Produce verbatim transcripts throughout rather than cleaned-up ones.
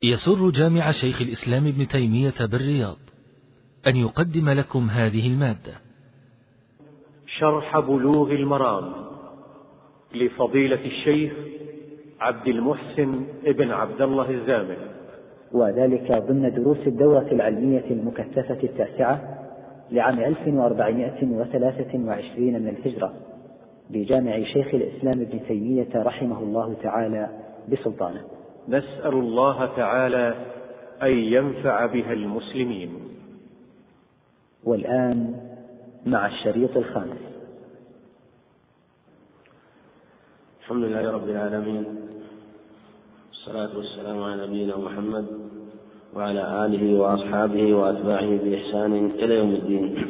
يسر جامع شيخ الإسلام ابن تيمية بالرياض أن يقدم لكم هذه المادة. شرح بلوغ المرام لفضيلة الشيخ عبد المحسن ابن عبد الله الزامل، وذلك ضمن دروس الدورة العلمية المكثفة التاسعة لعام ألف وأربعمائة وثلاثة وعشرين من الهجرة بجامع شيخ الإسلام ابن تيمية رحمه الله تعالى بسلطانه. نسأل الله تعالى أن ينفع بها المسلمين. والآن مع الشريط الخامس. الحمد لله رب العالمين، والصلاة والسلام على نبينا محمد وعلى آله وأصحابه وأتباعه بإحسان إلى يوم الدين.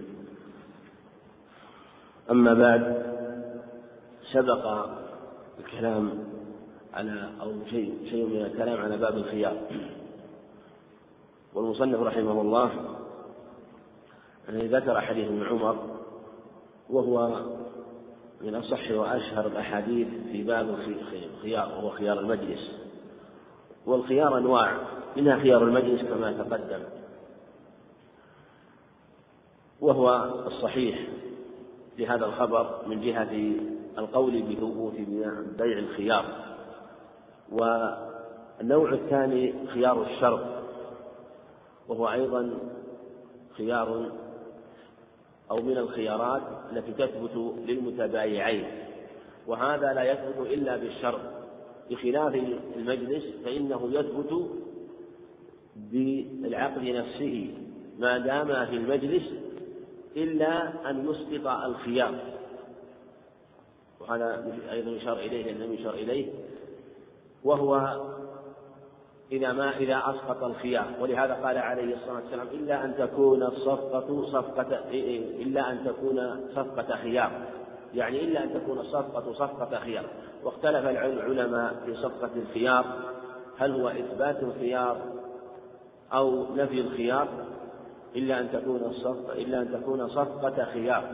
أما بعد، سبق الكلام على أو شيء شيء من الكلام على باب الخيار، والمصنف رحمه الله الذي ذكر حديث ابن عمر، وهو من أصح وأشهر الأحاديث في باب الخيار، وهو خيار المجلس. والخيار أنواع، منها خيار المجلس كما تقدم، وهو الصحيح في هذا الخبر من جهة القول بثبوت بيع الخيار. والنوع الثاني خيار الشرط، وهو أيضا خيار أو من الخيارات التي تثبت للمتبايعين، وهذا لا يثبت إلا بالشرط، بخلاف المجلس فإنه يثبت بالعقد نفسه ما دام في المجلس، إلا أن يسقط الخيار، وهذا أيضا يشار إليه لم يشار إليه، وهو إذا ما إذا أسقط الخيار. ولهذا قال عليه الصلاة والسلام: إلا أن تكون الصفقة صفقة إلا أن تكون صفقة خيار، يعني إلا أن تكون الصفقة صفقة خيار. واختلف العلماء في صفقة الخيار، هل هو إثبات الخيار أو نفي الخيار؟ إلا أن تكون الصفقة إلا أن تكون صفقة خيار.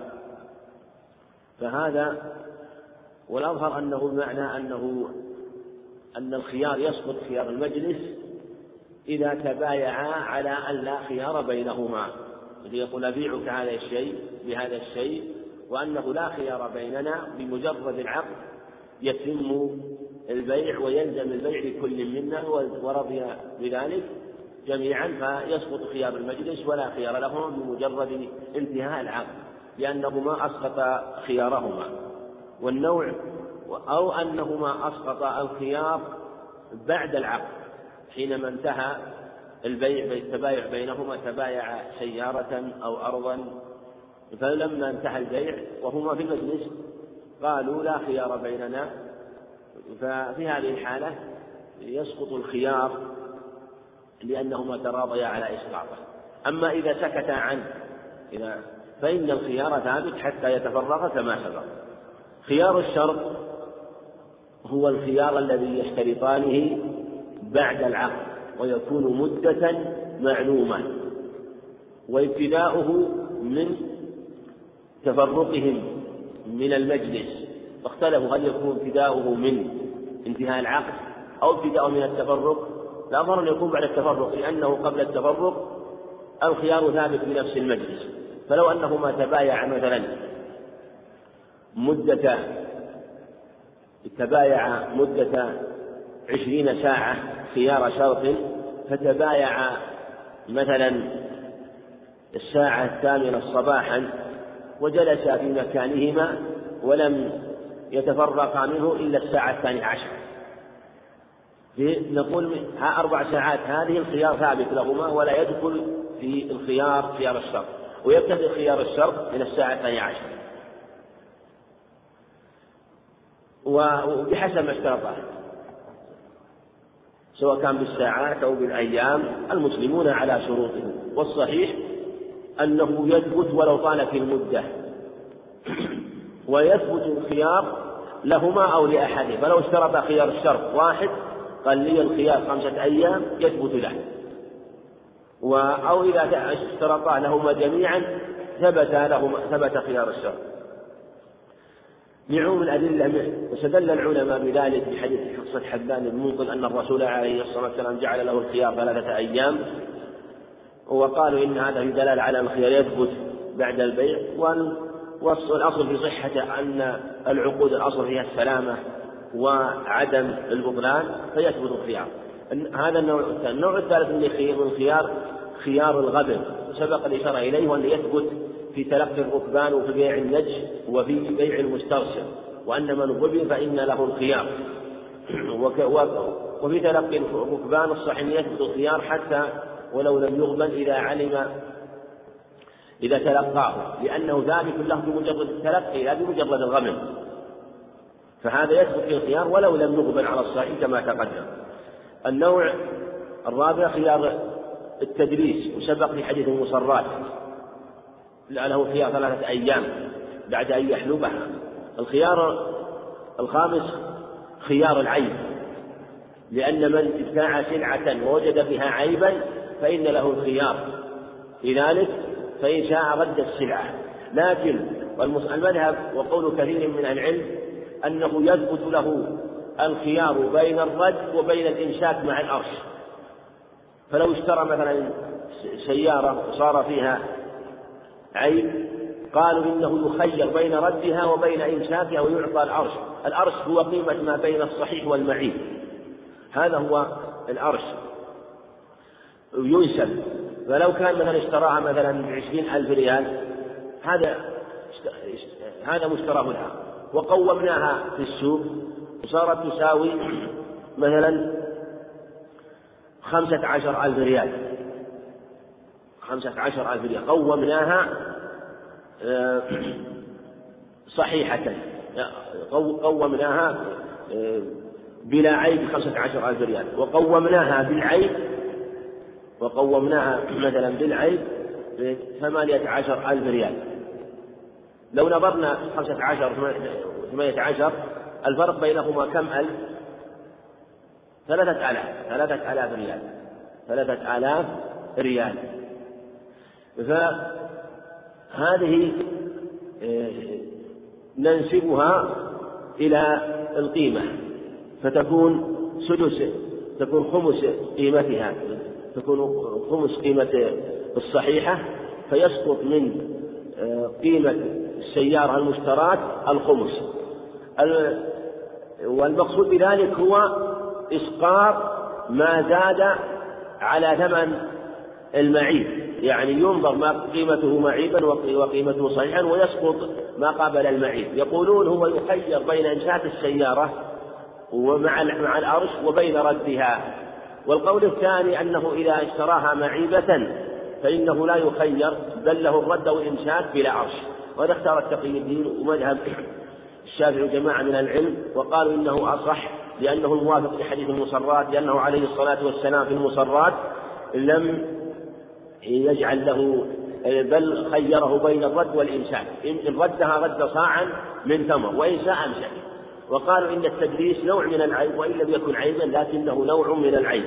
فهذا والأظهر أنه بمعنى أنه أن الخيار يسقط خيار المجلس إذا تبايعا على أن لا خيار بينهما، يقول أبيعك هذا الشيء بهذا الشيء، وأنه لا خيار بيننا، بمجرد العقد يتم البيع ويلزم البيع لكل منا ورضي بذلك جميعا، فيسقط خيار المجلس ولا خيار لهما بمجرد انتهاء العقد، لأنهما أسقط خيارهما. والنوع أو أنهما أسقط الخيار بعد العقد، حينما انتهى البيع بالتبايع بينهما، تبايع سيارة أو أرضا، فلما انتهى البيع وهما في المجلس قالوا لا خيار بيننا، ففي هذه الحالة يسقط الخيار لأنهما تراضيا على إسقاطه. أما إذا سكتا عنه إذا فإن الخيار ثابت حتى يتفرغ كما سبق. خيار الشرط هو الخيار الذي يشترطانه بعد العقد، ويكون مدة معلومة، وابتداؤه من تفرقهم من المجلس. فاختلفوا هل يكون ابتداؤه من انتهاء العقد أو ابتداؤه من التفرق. الأمر أن يكون بعد التفرق، لأنه قبل التفرق الخيار ثابت بنفس المجلس. فلو أنهما تبايع مثلا مدة تبايع مدة عشرين ساعة خيار شرط، فتبايع مثلا الساعة الثامنة صباحا وجلسا في مكانهما ولم يتفرقا منه إلا الساعة الثانية عشر، نقول ها أربع ساعات هذه الخيار ثابت لهما ولا يدخل في الخيار خيار الشرط، ويبتدئ خيار الشرط من الساعة الثانية عشر، وبحسب ما اشترطه سواء كان بالساعات أو بالأيام، المسلمون على شروطهم. والصحيح أنه يثبت ولو طالت المدة، ويثبت الخيار لهما أو لأحد. فلو اشترط خيار الشرط واحد قال لي الخيار خمسة أيام يثبت له، أو إذا اشترطا لهما جميعا ثبت لهما ثبت خيار الشرط. لعموم الأدلة، واستدل العلماء بذلك بحديث قصة حبان بن منقذ أن الرسول عليه الصلاة والسلام جعل له الخيار ثلاثة أيام، وقالوا إن هذا في دلالة على الخيار يثبت بعد البيع، والأصل في صحة أن العقود الأصل فيها السلامة وعدم البطلان فيثبت الخيار. هذا النوع الثاني. النوع الثالث من الخيار خيار الغبن، سبق الإشارة إليه، وأن يثبت في تلقي الركبان وفي بيع النجش وفي بيع المسترسل، وأن من غبن فإن له الخيار. وفي تلقي الركبان الصحيح يثبت الخيار حتى ولو لم يغبن إذا علم إذا تلقاه، لأنه ثابت له بمجرد التلقي لا بمجرد الغبن، فهذا يثبت في الخيار ولو لم يغبن على الصحيح كما تقدم. النوع الرابع خيار التدريس، وسبق في حديث المصرات له خيار ثلاثة أيام بعد أن يحلبها. الخيار الخامس خيار العيب، لأن من ابتاع سلعة ووجد فيها عيبا فإن له الخيار في ذلك، فإن شاء رد السلعة. لكن المذهب وقول كثير من العلم أنه يثبت له الخيار بين الرد وبين الإمساك مع الأرش. فلو اشترى مثلا سيارة وصار فيها عيب قالوا إنه يخير بين ردها وبين إمساكها ويعطى الأرش. الأرش هو قيمة ما بين الصحيح والمعيب، هذا هو الأرش ينسب. فلو كان مثلا اشتراها مثلا بعشرين ألف ريال هذا هذا مشتراه لها، وقومناها في السوق وصارت تساوي مثلا خمسة عشر ألف ريال خمسة عشر ألف ريال قومناها صحيحة، قومناها بلا عيب خمسة عشر ألف ريال، وقومناها بالعيب وقومناها مثلا بالعيب ثمانية عشر ألف ريال. لو نظرنا خمسة عشر ثمانية عشر الفرق بينهما كم ألف؟ ثلاثة آلاف ثلاثة آلاف ريال ثلاثة آلاف ريال. فهذه ننسبها إلى القيمة فتكون سدس، تكون خمس قيمتها، تكون خمس قيمة الصحيحة، فيسقط من قيمة السيارة المشترات الخمس. والمقصود بذلك هو إسقاط ما زاد على ثمن المعيب، يعني ينظر ما قيمته معيبا وقيمته صحيحا ويسقط ما قابل المعيب. يقولون هو يخير بين إمساك السيارة ومع مع الأرش وبين ردها. والقول الثاني أنه إذا اشتراها معيبة فإنه لا يخير بل له الرد والإمساك بلا أرش. وهذا اختار التقي الدين ومذهب الشافعي وجماعة من العلم، وقالوا إنه أصح لأنه موافق لحديث المصرات، لأنه عليه الصلاة والسلام في المصرات لم يجعل له بل خيره بين الرد والإمساك، إن ردها رد صاعا من تمر وإن شاء أمسك. وقالوا إن التدليس نوع من العيب وإن لم يكن عيبا لكنه نوع من العيب.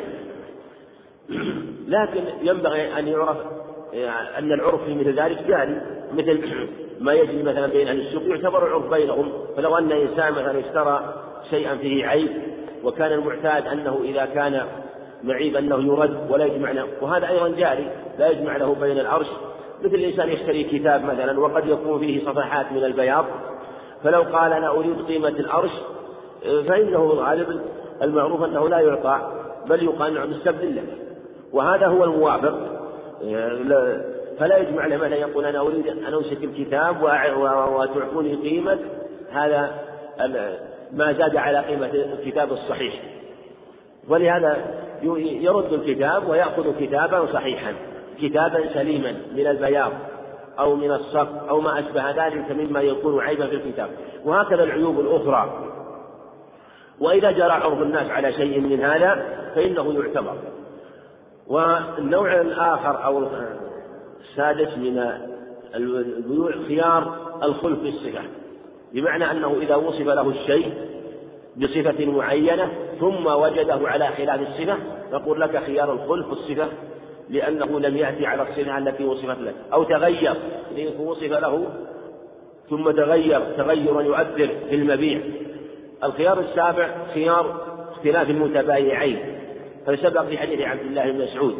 لكن ينبغي أن يعرف أن العرف في مثل ذلك جاري، مثل ما يجري مثلا بين أهل السوق يعتبر العرف بينهم. فلو أن إنسان مثلا اشترى شيئا فيه عيب وكان المعتاد أنه إذا كان معيب أنه يرد ولا يجمع له، وهذا أيضا جاري لا يجمع له بين الأرش. مثل الإنسان يشتري كتاب مثلا وقد يكون فيه صفحات من البياض، فلو قال أنا أريد قيمة الأرش فإنه غالب المعروف أنه لا يعطى بل يقال بالسبب له، وهذا هو الموافق. فلا يجمع له مثلا يقول أنا أريد أن أمسك الكتاب وتعطوني قيمة هذا ما زاد على قيمة الكتاب الصحيح، ولهذا يرد الكتاب ويأخذ كتابا صحيحا، كتابا سليما من البياض أو من الصف أو ما أشبه ذلك مما يكون عيبا في الكتاب. وهكذا العيوب الأخرى. وإذا جرى عرف الناس على شيء من هذا فإنه يعتبر. والنوع الآخر أو السادس من البيوع خيار الخلف في الصفة، بمعنى أنه إذا وصف له الشيء بصفة معينة ثم وجده على خلاف الصفة نقول لك خيار الخلف في الصفة لأنه لم يأتي على الصفة التي وصفت له، أو تغير لأنه وصف له ثم تغير تغيرا يؤثر في المبيع. الخيار السابع خيار اختلاف المتبايعين، فسبق في حديث عبد الله بن مسعود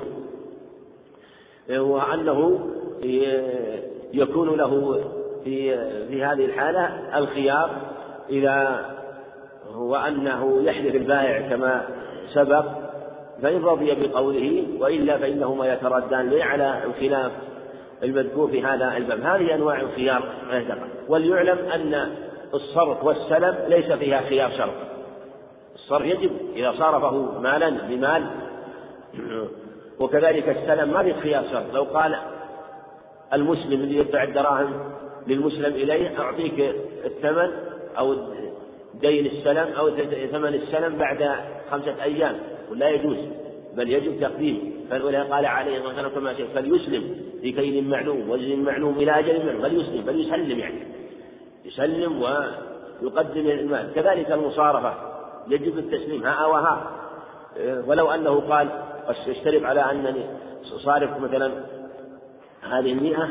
وأنه يكون له في في هذه الحالة الخيار إذا هو أنه يحلف البائع كما سبق فإن رضي بقوله، وإلا فإنهما يتردان على الخلاف المذكور في هذا الباب. هذه أنواع الخيار. وليعلم أن الصرف والسلم ليس فيها خيار شرط. الصرف يجب إذا صرفه مالا بمال، وكذلك السلم ما في خيار شرط. لو قال المسلم اللي يدفع الدراهم للمسلم إليه أعطيك الثمن أو دين السلم أو ثمن السلم بعد خمسة أيام، ولا يجوز، بل يجب تقديم. فالولاء قال عليه الصلاة والسلام كما شئت فليسلم بكيل معلوم وزن معلوم إلى أجل معلوم، فليسلم فليسلم يعني يسلم ويقدم المال. كذلك المصارفة يجب التسليم ها وها، ولو أنه قال اشترط على أنني صارف مثلا هذه المئة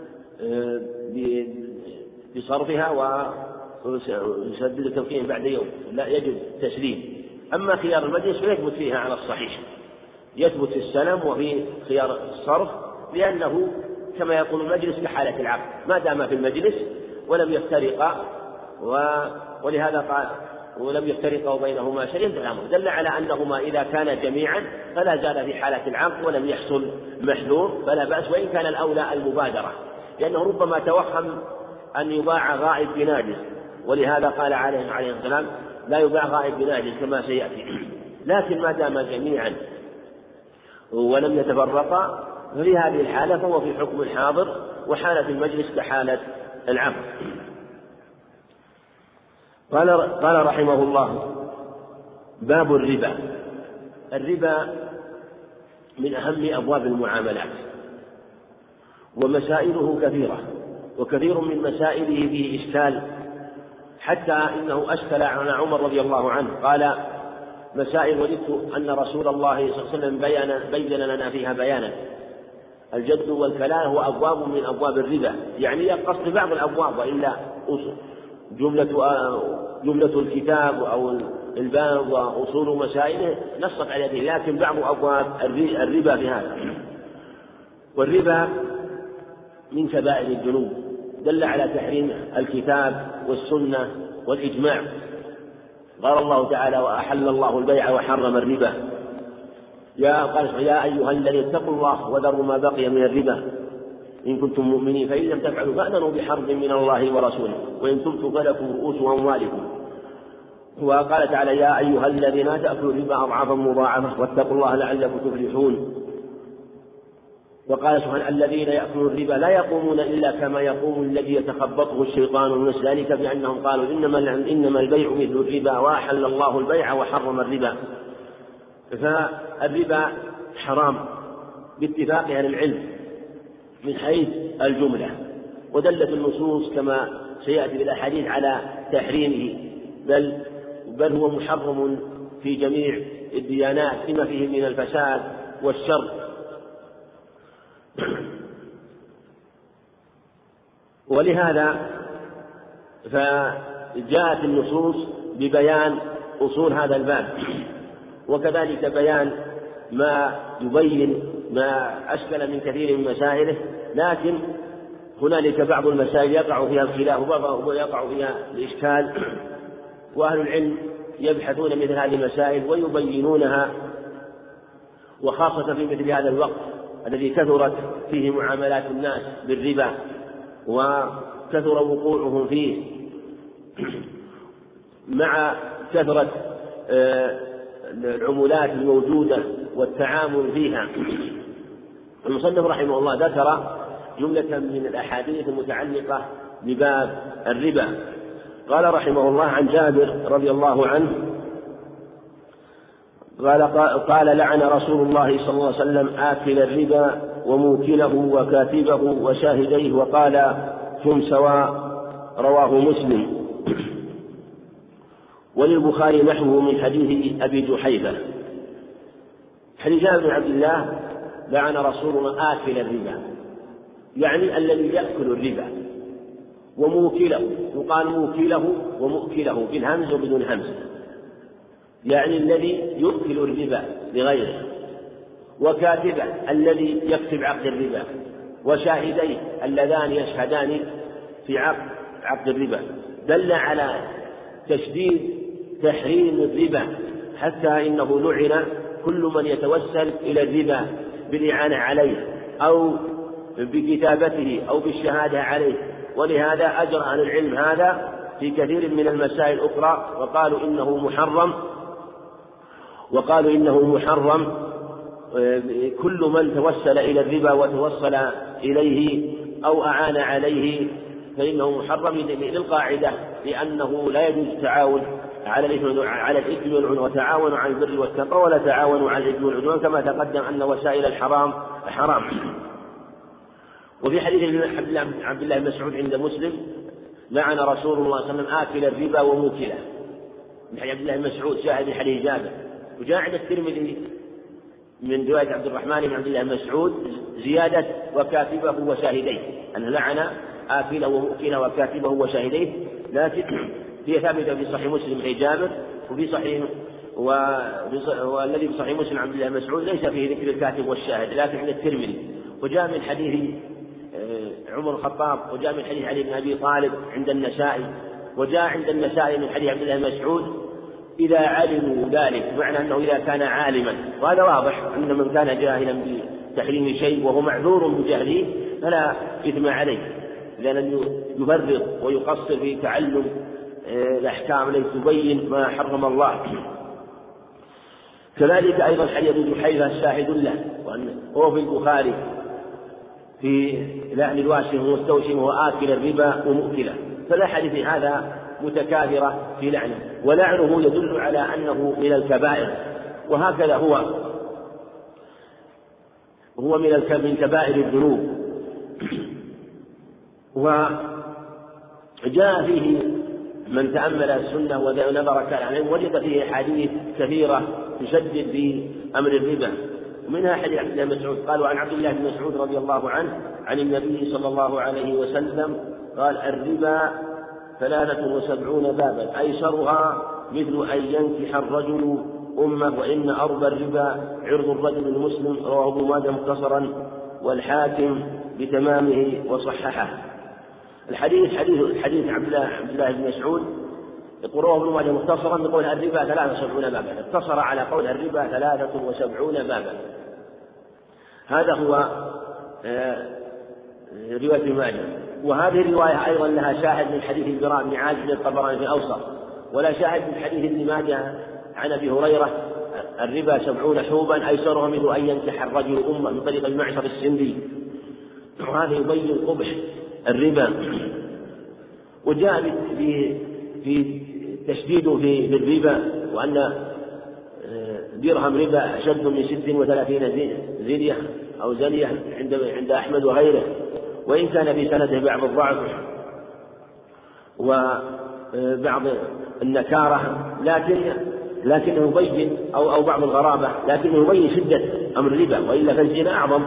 بصرفها ويسدد توكيل بعد يوم، لا يجب تسليم. أما خيار المجلس فيثبت فيها على الصحيح، يثبت في السلم وفي خيار الصرف، لأنه كما يقول المجلس كحالة العقد ما دام في المجلس ولم يفترقا، ولهذا قال ولم يفترقا بينهما شيء الأمر دل على أنهما إذا كانا جميعا فلا زال في حالة العقد ولم يحصل محذور فلا بأس، وإن كان الأولى المبادرة، لأنه ربما توهم أن يباع غائب بناجز، ولهذا قال عليه عليه السلام لا يباع غائب بناجز كما سيأتي. لكن ما دام جميعا ولم يتفرقا ففي هذه الحالة فهو في حكم الحاضر، وحالة المجلس كحالة العقد. قال قال رحمه الله: باب الربا. الربا من أهم أبواب المعاملات، ومسائله كثيرة، وكثير من مسائله فيه إشكال، حتى إنه أشكل على عمر رضي الله عنه قال: مسائل وددت أن رسول الله صلى الله عليه وسلم بيان, بين لنا فيها بيانا. الجد والكلام هو أبواب من أبواب الربا، يعني يقصد بعض الأبواب، وإلا جملة جملة الكتاب أو الباب وأصول مسائله نصت على يده، لكن بعض أبواب الربا في هذا. والربا من كبائر الذنوب، دل على تحريم الكتاب والسنة والإجماع. قال الله تعالى: وأحل الله البيع وحرم الربا. يا قال يا أيها الذين اتقوا الله وذروا ما بقي من الربا إن كنتم مؤمنين فإن لم تفعلوا فأذنوا بحرب من الله ورسوله وإن تبتم فلكم رؤوس أموالكم. وقال تعالى: يا أيها الذين لا تأكلوا الربا أضعافا مضاعفة واتقوا الله لعلكم تفلحون. وقال سبحانه: الذين يأكلون الربا لا يقومون إلا كما يقوم الذي يتخبطه الشيطان من مس، ذلك بأنهم قالوا إنما إنما البيع مثل الربا وأحل الله البيع وحرم الربا. فالربا حرام باتفاق أهل العلم من حيث الجملة، ودلت النصوص كما سيأتي بالأحاديث على تحريمه، بل بل هو محرم في جميع الديانات لما فيه من الفساد والشر. ولهذا فجاءت النصوص ببيان أصول هذا الباب، وكذلك بيان ما يبين ما أشكل من كثير من مسائله، لكن هنالك بعض المسائل يقع فيها الخلاف ويقع فيها الإشكال، وأهل العلم يبحثون مثل هذه المسائل ويبينونها، وخاصة في مثل هذا الوقت الذي كثرت فيه معاملات الناس بالربا وكثر وقوعهم فيه مع كثرة العمولات الموجودة والتعامل فيها. المصنف رحمه الله ذكر جملة من الأحاديث المتعلقة بباب الربا. قال رحمه الله: عن جابر رضي الله عنه قال قال لعن رسول الله صلى الله عليه وسلم آكل الربا وموكله وكاتبه وشاهديه وقال هم سواء، رواه مسلم. وللبخاري نحوه من حديث أبي جحيفة. حديث جابر بن عبد الله: لعن رسول الله آكل الربا، يعني الذي يأكل الربا، وموكله، يقال موكله ومؤكله بالهمز وبدون همز، يعني الذي يؤكل الربا لغيره، وكاتبه الذي يكتب عقد الربا، وشاهديه اللذان يشهدان في عقد عقد الربا. دل على تشديد تحريم الربا، حتى إنه لعن كل من يتوسل إلى الربا بالإعانة عليه أو بكتابته أو بالشهادة عليه. ولهذا أجرى أهل العلم هذا في كثير من المسائل الأخرى، وقالوا إنه محرم وقالوا إنه محرم كل من توسل إلى الربا وتوصل إليه أو أعان عليه فإنه محرم للقاعدة، لأنه لا يجوز التعاون على الإثم على الإثم والعدوان، وتعاونوا على البر والتقوى ولا تعاونوا على الإثم والعدوان، كما تقدم أن وسائل الحرام حرام. وفي حديث عبد الله بن مسعود عند مسلم لعن رسول الله صلى الله عليه وسلم آكل الربا وموكله، من حديث عبد الله بن مسعود شاهد من حديث جابر. وجاء عند الترمذي من رواية عبد الرحمن بن عبد الله بن مسعود زيادة وكاتبه وشاهديه، أن لعن آكله ومؤكله وكاتبه وشاهديه، لكن هي ثابتة في صحيح مسلم عن جابر، وفي صحيح والذي في صحيح مسلم عبد الله بن مسعود ليس فيه ذكر الكاتب والشاهد، لكن عند الترمذي. وجاء من حديث عمر الخطاب، وجاء من حديث علي بن أبي طالب عند النسائي، وجاء عند النسائي من حديث عبد الله بن مسعود إذا علموا ذلك، بمعنى أنه إذا كان عالما، وهذا واضح أن من كان جاهلا بتحريم شيء وهو معذور بجهله فلا إثم عليه، لأن يفرط ويقصر في تعلم الأحكام التي تبين ما حرم الله. كذلك أيضا حديث ذو الحيلة الشاهد له، وهو في البخاري في لعن الواشم والمستوشم وآكل الربا ومؤكله، فالأحاديث هذا متكاثرة في لعنه، ولعنه يدل على أنه من الكبائر، وهكذا هو هو من من كبائر الذنوب. وجاء فيه من تأمل السنة ونظر كلامهم وجد فيه أحاديث كثيرة تشدد في أمر الربا، ومنها حديث عبد الله بن مسعود قال: وعن عبد الله بن مسعود رضي الله عنه عن النبي صلى الله عليه وسلم قال: الربا ثلاثة وسبعون بابا أيسرها مثل أن ينكح الرجل أمه، وإن أربى الربا عرض الرجل المسلم. رواه ابن ماجه مختصرا والحاكم بتمامه وصححه. الحديث حديث حديث عبد الله عبد الله بن مسعود يقول رواه ابن ماجه مختصرا بقول الربا ثلاثة وسبعون بابا، اقتصر على قول الربا ثلاثة وسبعون بابا. هذا هو رواية ابن ماجه. وهذه الرواية أيضا لها شاهد من حديث البراء بن عازب الطبراني في الأوسط، ولا شاهد من حديث ابن ماجه عن أبي هريرة: الربا سبعون حوبا أيسرها مثل أن ينكح الرجل أمه، من طريق المعشر السندي. وهذا يبين قبح الربا. وجاء في في تشديد في الربا، وأن درهم ربا أشد من ست وثلاثين زنية أو زنية عند عند أحمد وغيره، وإن كان في سنده بعض الضعف وبعض النكارة، لكن لكنه يبين أو أو بعض الغرابة، لكنه يبين شدة أمر الربا، وإلا فالزنا أعظم،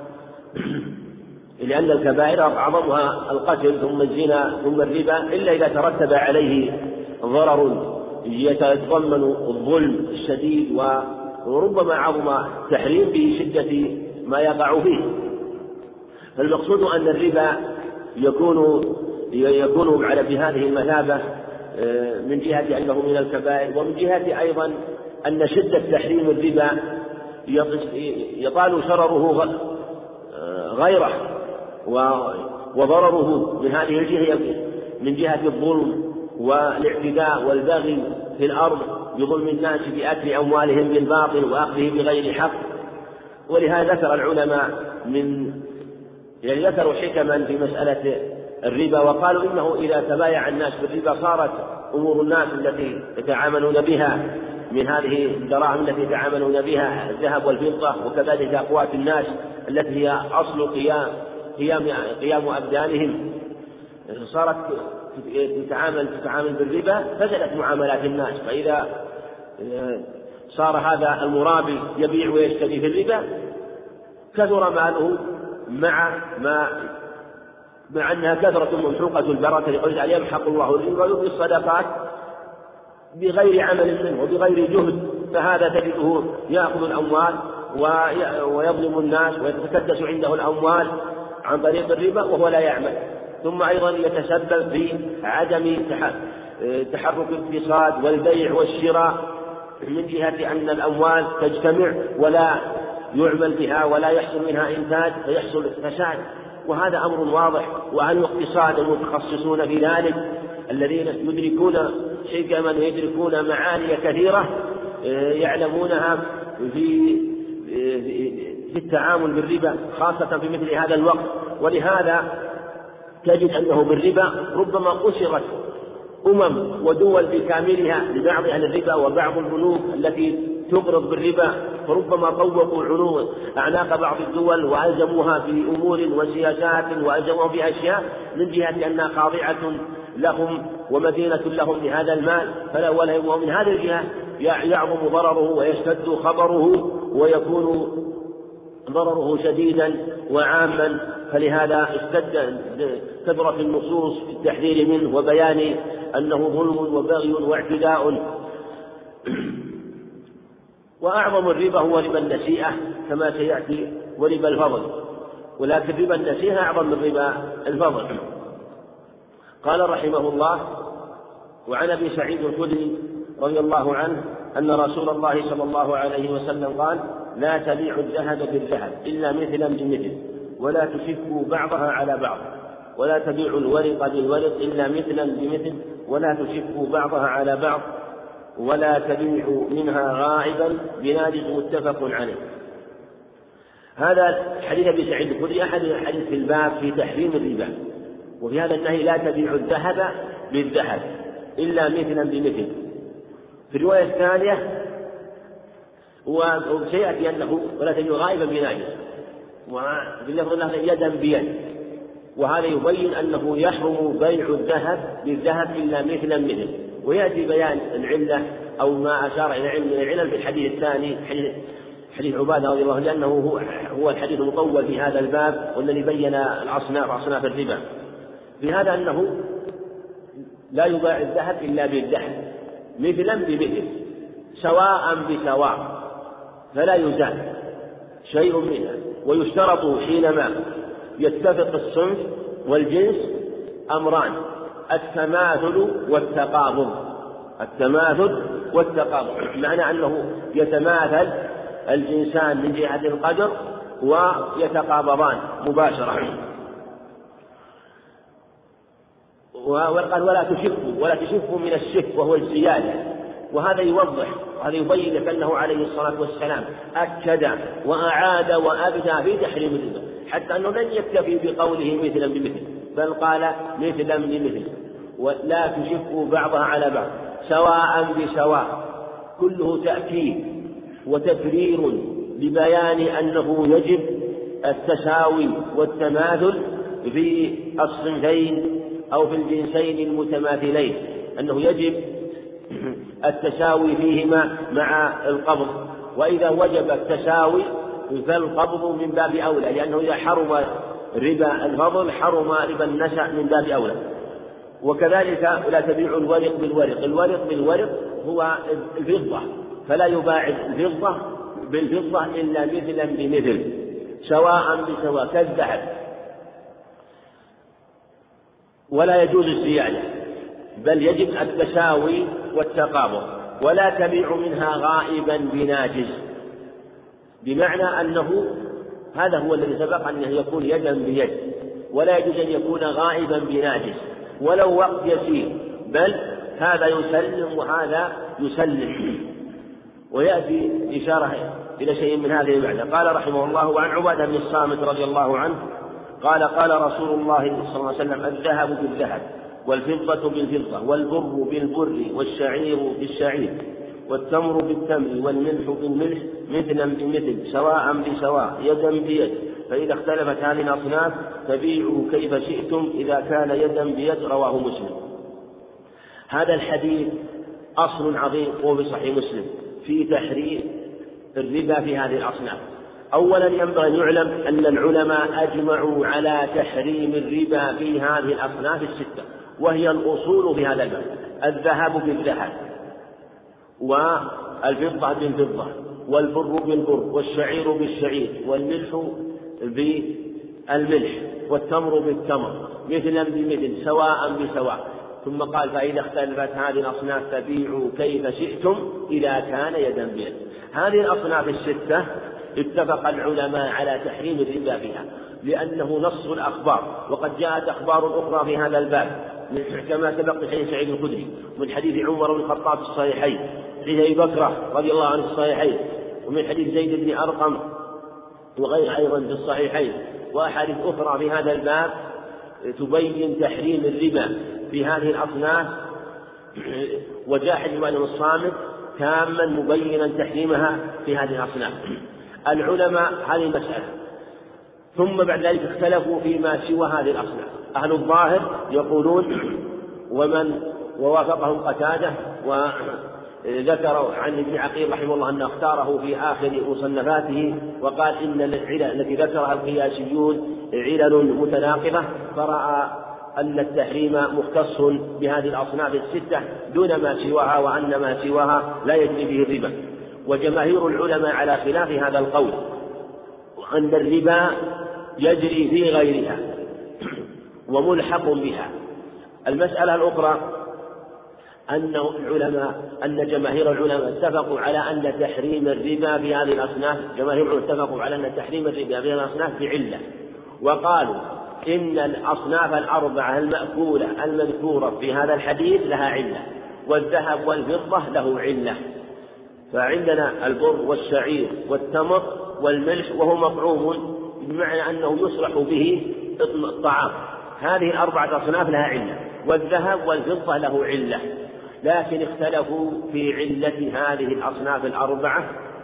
لأن الكبائر أعظمها القتل ثم الزنا ثم الربا، إلا إذا ترتب عليه ضرر يتضمن الظلم الشديد، وربما عظم تحريم بشدة ما يقع فيه. فالمقصود أن الربا يكون يكون على بهذه المثابة من جهة أنه من الكبائر، ومن جهة أيضا أن شدة تحريم الربا يطال شرره غيره وضرره من هذه الجهة، من جهة الظلم والاعتداء والبغي في الأرض بظلم الناس بأكل أموالهم بالباطل وأخذه بغير حق. ولهذا ذكر العلماء من يعني ذكروا حكما في مسألة الربا، وقالوا إنه إذا تبايع الناس بالربا صارت أمور الناس التي يتعاملون بها من هذه الدراهم التي يتعاملون بها الذهب والفضة، وكذلك أقوات الناس التي هي أصل قيام قيام قيام أبدانهم، صارت تتعامل تتعامل بالربا، فسدت معاملات الناس. فإذا صار هذا المرابي يبيع ويشتري في الربا كثر ماله مع ما مع أنها كثرة ممحوقة البركة لقوله أن يمحق الله الربا ويبقي الصدقات بغير عمل منه وبغير جهد، فهذا تجده يأخذ الأموال ويظلم الناس ويتكدس عنده الأموال عن طريق الربا وهو لا يعمل. ثم أيضا يتسبب في عدم تحرك الاقتصاد والبيع والشراء من جهة أن الأموال تجتمع ولا يعمل بها ولا يحصل منها إنتاج فيحصل فساد، وهذا أمر واضح. وأهل الاقتصاد المتخصصون في ذلك الذين يدركون شيء كما يدركون معاني كثيرة يعلمونها في في التعامل بالربا خاصة في مثل هذا الوقت. ولهذا تجد أنه بالربا ربما قصرت أمم ودول بكاملها لبعض أهل الربا، وبعض البنوك التي تقرض بالربا فربما طوقوا عنق أعناق بعض الدول وألزموها في أمور وسياسات وألزموها في أشياء من جهة أنها خاضعة لهم ومدينة لهم لهذا المال، فلا ولا ومن هذه الجهة يعظم ضرره ويشتد خطره ويكون ضرره شديدا وعاما. فلهذا اشتد كثرت النصوص في التحذير منه وبيان أنه ظلم وبغي واعتداء. وأعظم الربا هو ربا النسيئة كما سيأتي وربا الفضل، ولكن ربا النسيئة أعظم من ربا الفضل. قال رحمه الله: وعن أبي سعيد الخدري رضي الله عنه أن رسول الله صلى الله عليه وسلم قال: لا تبيعوا الذهب بالذهب إلا مثلا بمثل ولا تشفوا بعضها على بعض، ولا تبيعوا الورق بالورق إلا مثلا بمثل ولا تشفوا بعضها على بعض، ولا تبيعوا منها غائبا بناجز. متفق عليه. هذا حديث أبي سعيد الخدري أحد الحديث في الباب في تحريم الربا، وفي هذا النهي لا تبيعوا الذهب بالذهب إلا مثلا بمثل. في الرواية الثانية وسيأتي أنه ولا تبيعوا غائبا بناجز، وفي اللفظ الآخر يدا بيد، وهذا يبين أنه يحرم بيع الذهب بالذهب إلا مثلا مثل. ويأتي بيان العلة أو ما أشار إلى علم من العلل في الحديث الثاني حديث, حديث عبادة رضي الله عنه، لأنه هو, هو الحديث المطول في هذا الباب والذي بين الأصناف أصناف الربا. في هذا أنه لا يباع الذهب إلا بالذهب مثلا بمثل سواء بسواء فلا يزال شيء منها. ويشترط حينما يتفق الصنف والجنس أمران: التماثل والتقابض. التماثل والتقابض معنى أنه يتماثل الجنسان من جهة القدر ويتقابضان مباشرة. وقال: ولا تشفوا ولا تشفوا من الشف وهو الزيادة. وهذا يوضح وهذا يبين لك أنه عليه الصلاة والسلام أكد وأعاد وأبدى في تحريم الربا، حتى أنه لن يكتفي بقوله مثلا بمثل، بل قال مثلا بمثل ولا تشفوا بعضها على بعض سواء بسواء. كله تأكيد وتكرير لبيان أنه يجب التساوي والتماثل في الصنفين أو في الجنسين المتماثلين، أنه يجب التساوي فيهما مع القبض. وإذا وجب التساوي فالقبض من باب أولى، لأنه إذا حرم ربا الفضل حرم ربا النسع من باب أولى. وكذلك لا تبيع الورق بالورق. الورق بالورق هو الفضة، فلا يباع الفضة بالفضة إلا مثلا بمثل سواء بسواء كالذهب. ولا يجوز الزيادة بل يجب التساوي والتقابض. ولا تبيع منها غائبا بناجز، بمعنى أنه هذا هو الذي سبق أنه يكون يدا بيد، ولا يجوز أن يكون غائبا بناجز ولو وقت يسير، بل هذا يسلم وهذا يسلم. ويأتي إشارة إلى شيء من هذه المعنى. قال رحمه الله: وعن عبادة بن الصامت رضي الله عنه قال: قال رسول الله صلى الله عليه وسلم: الذهب بالذهب والفضة بالفضة والبر بالبر والشعير بالشعير والتمر بالتمر والملح بالملح مثلا بمثل سواء بسواء يدا بيد، فإذا اختلفت هذه الأصناف فبيعوا كيف شئتم إذا كان يدا بيد. رواه مسلم. هذا الحديث أصل عظيم وهو في صحيح مسلم في تحريم الربا في هذه الأصناف. أولا ينبغي أن يعلم أن العلماء أجمعوا على تحريم الربا في هذه الأصناف الستة، وهي الأصول في هذا الباب: الذهب بالذهب، والفضة بالفضة، والبر بالبر، والشعير بالشعير، والملح بالملح، والتمر بالتمر، مثلا بمثل، سواء بسواء. ثم قال: فإذا اختلفت هذه الأصناف فبيعوا كيف شئتم إذا كان يدا بيد. هذه الأصناف الستة اتفق العلماء على تحريم الربا فيها، لأنه نص الأخبار، وقد جاءت أخبار أخرى في هذا الباب كما سبق في حديث سعيد الخدري، ومن حديث عمر بن الخطاب في الصحيحين، حديث أبي بكر رضي الله عنه في الصحيحين، ومن حديث زيد بن أرقم وغير أيضا في الصحيحين، وأحاديث أخرى في هذا الباب تبين تحريم الربا في هذه الأصناف. وجاء حديث عبادة بن الصامت تاما مبينا تحريمها في هذه الأصناف. العلماء هذه المسألة، ثم بعد ذلك اختلفوا فيما سوى هذه الأصناف. أهل الظاهر يقولون، ومن ووافقهم قتادة، وذكروا عن ابن عقيل رحمه الله أنه اختاره في آخر مصنفاته، وقال إن العلل التي ذكرها القياسيون علل متناقضة، فرأى أن التحريم مختص بهذه الأصناف الستة دون ما سواها، وأن ما سواها لا يجري به الربا. وجماهير العلماء على خلاف هذا القول، وأن الربا يجري في غيرها وملحق بها. المسألة الأخرى أن العلماء أن جماهير العلماء اتفقوا على أن تحريم الربا في هذه الأصناف جماهير العلماء اتفقوا على أن تحريم الربا في هذه الأصناف بعلة، وقالوا إن الأصناف الأربعة المأكولة المذكورة في هذا الحديث لها علة، والذهب والفضة له علة. فعندنا البر والشعير والتمر والملح وهو مطعوم، بمعنى أنه يصلح به الطعام. هذه الأربعة أصناف لها علة، والذهب والفضة له علة، لكن اختلفوا في علة هذه الأصناف الأربعة،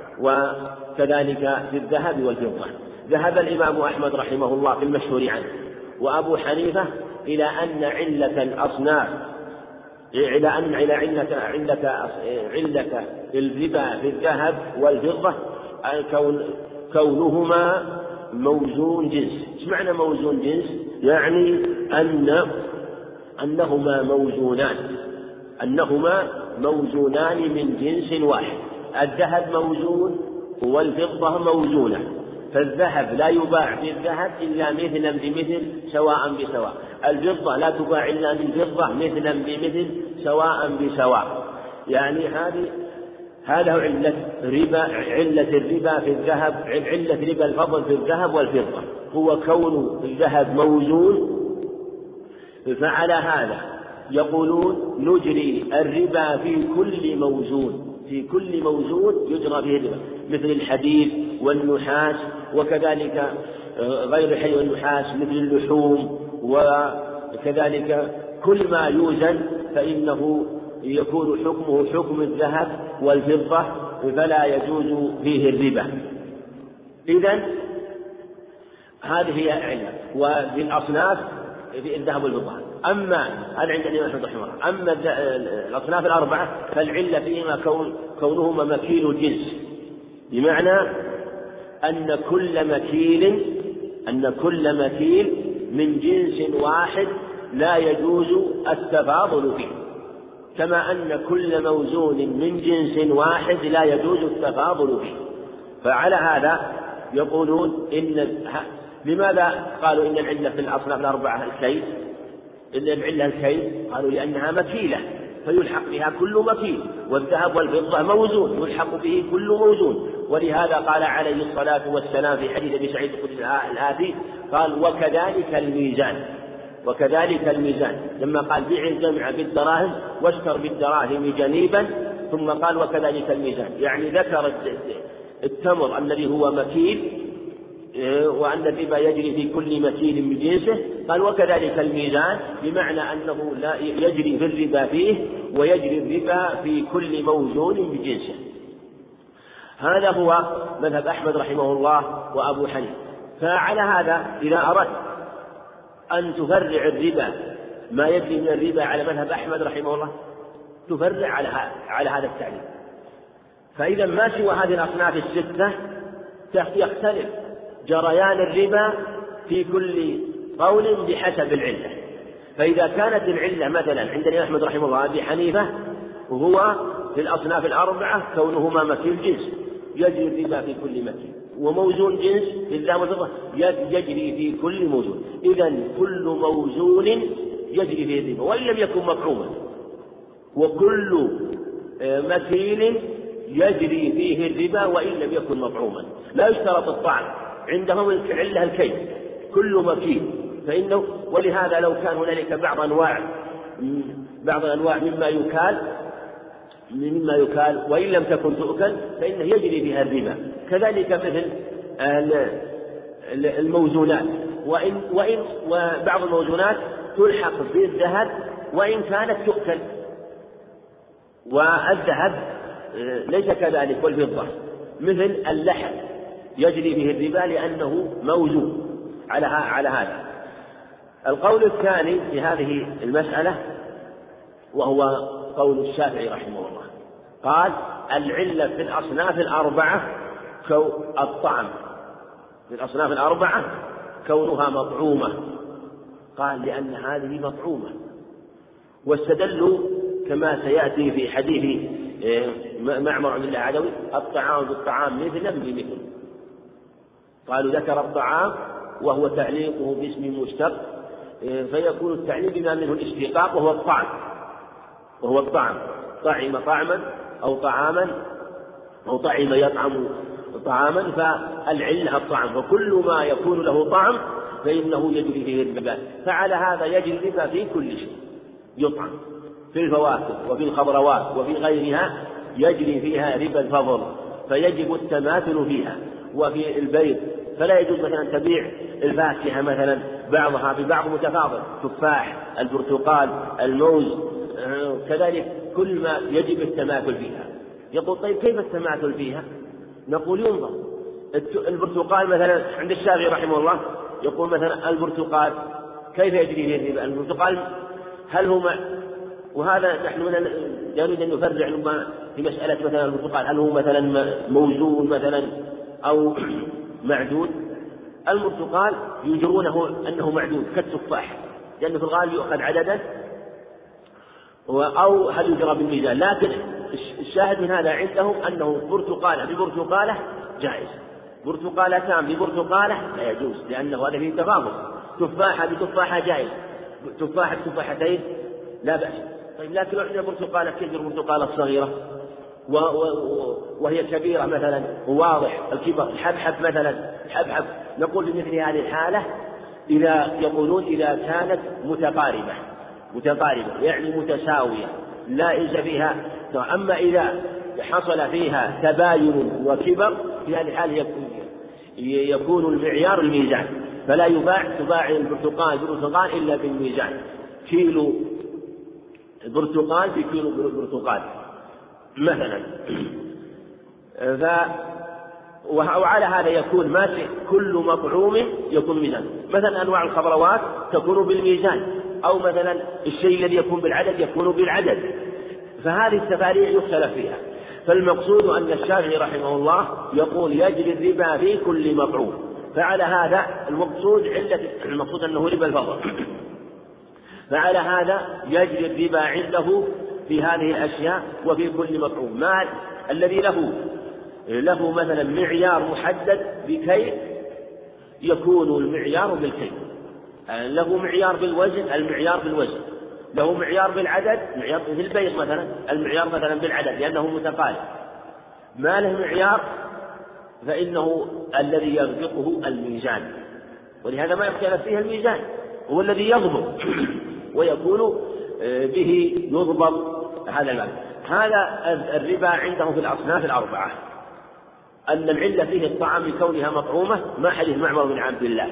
وكذلك في الذهب والفضة. ذهب الإمام أحمد رحمه الله في المشهور عنه وأبو حنيفة إلى أن علة الأصناف إلى أن إلى علة علة علة الربا في الذهب والفضة كون كونهما موزون جنس. ايش معنى موزون جنس؟ يعني أن أنهما موزونان أنهما موزونان من جنس واحد. الذهب موزون والفضة موزونة، فالذهب لا يباع بالذهب إلا مثلا بمثل سواء بسواء، الفضة لا تباع إلا بالفضة مثلا بمثل سواء بسواء. يعني هذه هذا علة ربا علة الربا في الذهب علة ربا الفضل في الذهب والفضة هو كون الذهب موزون. فعلى هذا يقولون نجري الربا في كل موزون في كل موزون يجرى به الربا، مثل الحديد والنحاس، وكذلك غير الحديد والنحاس مثل اللحوم، وكذلك كل ما يوزن فإنه يكون حكمه حكم الذهب والفضة، فلا يجوز فيه الربا. إذن هذه هي علة. وفي الأصناف في الذهب والفضة. أما هذا عند الإمام أحمد رحمه الله. أما الأصناف الأربعة فالعلة فيهما كون كونهما مكيل الجنس، بمعنى أن كل مكيل أن كل مكيل من جنس واحد لا يجوز التفاضل فيه، كما أن كل موزون من جنس واحد لا يجوز التفاضل فيه. فعلى هذا يقولون إن لماذا قالوا إن العلة في الأصناف الأربعة الكيل؟ إن العلة الكيل قالوا لأنها مكيلة فيلحق بها كل مكيل، والذهب والفضة موزون يلحق به كل موزون. ولهذا قال عليه الصلاة والسلام في حديث أبي سعيد الآتي قال وكذلك الميزان وكذلك الميزان لما قال بيع الجمع بالدراهم واشتر بالدراهم جنيبا، ثم قال وكذلك الميزان، يعني ذكر التمر الذي هو مكيل وأن الربا يجري في كل مكيل من جنسه، قال وكذلك الميزان، بمعنى أنه لا يجري في الربا فيه ويجري الربا في كل موزون بجنسه. هذا هو مذهب أحمد رحمه الله وأبو حنيفة. فعلى هذا إذا أردت أن تفرع الربا ما يجري من الربا على مذهب أحمد رحمه الله تفرع على على هذا التعليم. فإذا ما سوى هذه الأصناف الستة يختلف جريان الربا في كل قول بحسب العلة. فإذا كانت العلة مثلا عند الإمام أحمد رحمه الله أبي حنيفة وهو في الأصناف الأربعة كونهما مكيل جنس يجري الربا في كل مكيل، وموزون جنس في الذهب والفضة يجري في كل موزون، إذن كل موزون يجري فيه الربا وإن لم يكن مطعوما، وكل مكيل يجري فيه الربا وإن لم يكن مطعوما. لا يشترط الطعم، عندهم العلة الكيل كل مكيل، فإنه ولهذا لو كان هنالك بعض أنواع بعض الأنواع مما يكال مما يكال وإن لم تكن تؤكل فإنه يجري بها الربا. كذلك مثل الموزونات، وإن وإن وبعض الموزونات تلحق بالذهب وإن كانت تؤكل، والذهب ليس كذلك والفضة، مثل اللحم يجري به الربا لأنه موزون على على هذا. القول الثاني في هذه المسألة وهو قول الشافعي رحمه الله، قال العلة في الأصناف الأربعة الطعم، في الأصناف الأربعة كونها مطعومة، قال لأن هذه مطعومة، واستدلوا كما سيأتي في حديث معمر عبد الله العدوي الطعام بالطعام مثلا بمثل، قالوا ذكر الطعام وهو تعليقه باسم مشتق فيكون التعليق بما منه الاشتقاق وهو الطعم وهو الطعم طعم طعما أو طعاما أو طعم يطعم طعاما، فالعلة الطعم، وكل ما يكون له طعم فإنه يجري فيه الربا. فعلى هذا يجري الربا في كل شيء يطعم، في الفواكه وفي الخضروات وفي غيرها يجري فيها ربا الفضل، فيجب التماثل فيها. وفي البيع فلا يجوز مثلا تبيع الفاكهة مثلا بعضها ببعض متفاضل، تفاح، البرتقال، الموز، كذلك كل ما يجب التماثل فيها. يقول طيب كيف التماثل فيها؟ نقول ينظر. البرتقال مثلا عند الشافعي رحمه الله يقول مثلا البرتقال كيف يجري فيه الربا؟ البرتقال هل هو مع وهذا نحن نريد أن نفرع في مسألة مثلا البرتقال هل هو مثلا موزون مثلا أو معدود. البرتقال يجرونه أنه معدود كالتفاح، لأنه في الغالب يؤخذ عددا، أو هل يجرى بالميزان. لكن الشاهد من هذا عندهم أنه برتقالة ببرتقالة جائز، برتقالتان ببرتقالة لا يجوز لأنه هذا فيه تفاضل، تفاحة بتفاحة جائز، تفاحة بتفاحتين لا بأس. طيب لكن لو عندنا برتقالة كبيرة برتقالة صغيرة و و وهي كبيرة مثلا وواضح الكبر، الحبحب مثلا الحبحب، نقول بمثل هذه الحالة إذا يقولون إذا كانت متقاربة متقاربة يعني متساوية ليس فيها. أما إذا حصل فيها تباين وكبر في هذه الحالة يكون يكون المعيار الميزان، فلا يباع تباع البرتقال بالبرتقال إلا بالميزان، كيلو برتقال بكيلو برتقال مثلا. ف وعلى هذا يكون ما كل مطعوم يكون ميزان، مثلا أنواع الخضروات تكون بالميزان، أو مثلا الشيء الذي يكون بالعدد يكون بالعدد، فهذه التفاريع يختلف فيها. فالمقصود أن الشافعي رحمه الله يقول يجري الربا في كل مطعوم، فعلى هذا المقصود علة المقصود أنه ربا الفضل، فعلى هذا يجري الربا عنده في هذه الأشياء وفي كل مطعوم. ما الذي له له مثلا معيار محدد بكيل يكون المعيار بالكيل، له معيار بالوزن المعيار بالوزن، له معيار بالعدد معيار في البيض مثلا المعيار مثلا بالعدد لأنه متقارب. ما له معيار فإنه الذي يضبطه الميزان، ولهذا ما يختلف فيه الميزان هو الذي يضبط ويكون به يضبط هذا المال. هذا الربا عنده في الأصناف الأربعة، أن العلة فيه الطعام بكونها مطعومة ما حديث معمر بن عبد الله.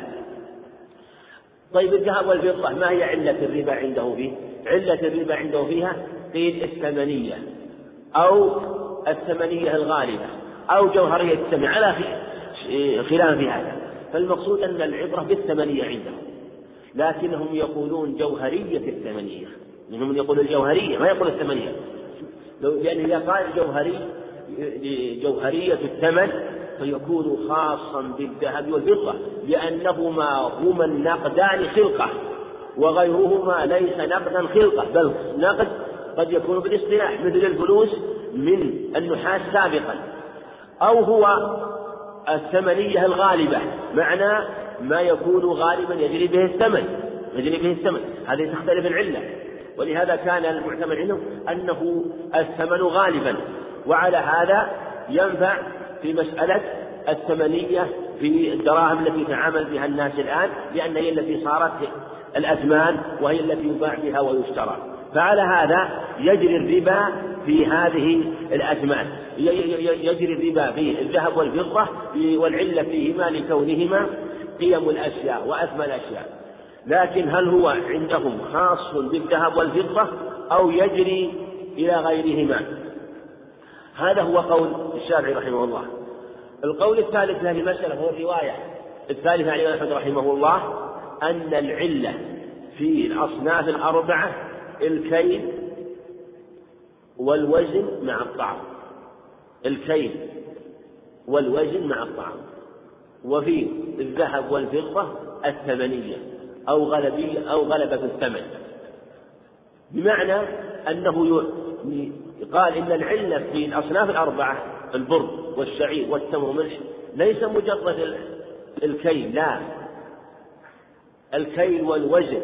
طيب الذهب والفضة ما هي علة الربا عنده فيه؟ علة الربا عنده فيها قيل الثمنية أو الثمنية الغالبة أو جوهرية الثمن على خلاف في هذا. فالمقصود أن العبرة بالثمنية عندهم، لكنهم يقولون جوهرية الثمنية، منهم يقول الجوهرية ما يقول الثمنية، لأن إذا قال جوهري جوهرية الثمن فيكون خاصا بالذهب والفضة لأنهما هما النقدان خلقة، وغيرهما ليس نقدا خلقة، بل نقد قد يكون بالاصطلاح مثل الفلوس من النحاس سابقا، أو هو الثمنية الغالبة، معنى ما يكون غالبا يجري به الثمن يجري به الثمن هذه تختلف العلة، ولهذا كان المعتمد عندهم أنه الثمن غالبا. وعلى هذا ينفع في مسألة الثمنية في الدراهم التي يتعامل بها الناس الآن، لأن هي التي صارت الأثمان وهي التي يباع بها ويشترى. فعلى هذا يجري الربا في هذه الأثمان، يجري الربا في الذهب والفضة، والعلة فيهما لكونهما قيم الأشياء وأثمن الأشياء. لكن هل هو عندهم خاص بالذهب والفضة أو يجري إلى غيرهما؟ هذا هو قول الشافعي رحمه الله. القول الثالث في هذه المسألة هو الرواية الثالثة عن الإمام أحمد رحمه الله أن العلة في الأصناف الأربعة الكيل والوزن مع الطعام، الكيل والوزن مع الطعام. وفي الذهب والفضة الثمنية أو غلبية أو غلبة الثمن، بمعنى أنه قال إن العلة في الأصناف الأربعة البر والشعير والتمر والملح ليس مجرد الكيل، لا، الكيل والوزن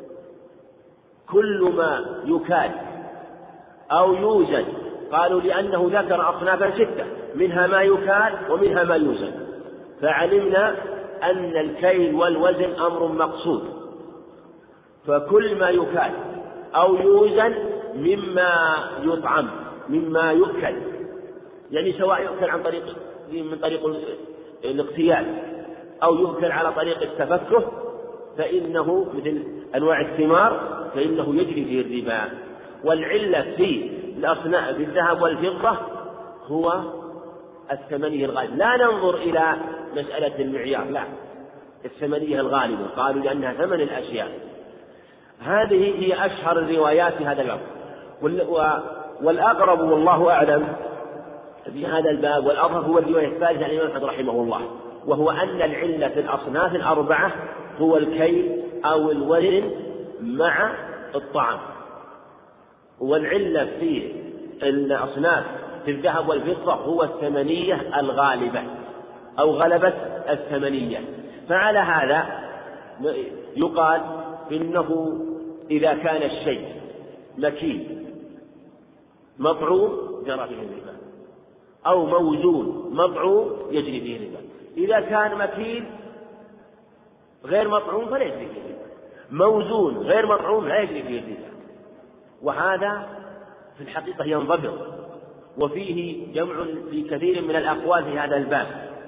كل ما يكال أو يوزن. قالوا لأنه ذكر أصنافا ستة منها ما يكال ومنها ما يوزن، فعلمنا أن الكيل والوزن أمر مقصود، فكل ما يكال أو يوزن مما يطعم مما يؤكل، يعني سواء يؤكل عن طريق من طريق الاغتيال أو يؤكل على طريق التفكه، فإنه مثل أنواع الثمار فإنه يجري فيه الربا. والعلة في الأصناف في الذهب والفضة هو الثمنية الغالبة، لا ننظر إلى مسألة المعيار، لا، الثمنية الغالبة، قالوا لأنها ثمن الأشياء. هذه هي أشهر الروايات في هذا الباب، والأقرب والله أعلم في هذا الباب والأظهر هو الرواية الثالثة عن الإمام أحمد رحمه الله، وهو أن العلة في الأصناف الأربعة هو الكيل أو الوزن مع الطعام. والعلة في الأصناف في الذهب والفضة هو الثمنية الغالبة أو غلبة الثمنية. فعلى هذا يقال إنه إذا كان الشيء مكيل مطعوم جرى فيه الربا، أو موزون مطعوم يجري فيه الربا. إذا كان مكيل غير مطعوم فلا يجري فيه الربا، موزون غير مطعوم لا يجري فيه الربا. وهذا في الحقيقة ينضبط، وفيه جمع في كثير من الأقوال في هذا الباب،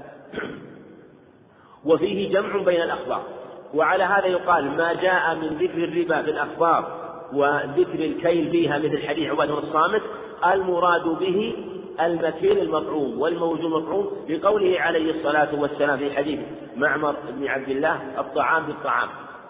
وفيه جمع بين الأخبار. وعلى هذا يقال ما جاء من ذكر الربا في الأخبار وذكر الكيل فيها مثل حديث عبادة الصامت المراد به المكيل المطعوم والموزون المطعوم، لقوله عليه الصلاة والسلام في حديث معمر بن عبد الله الطعام بالطعام،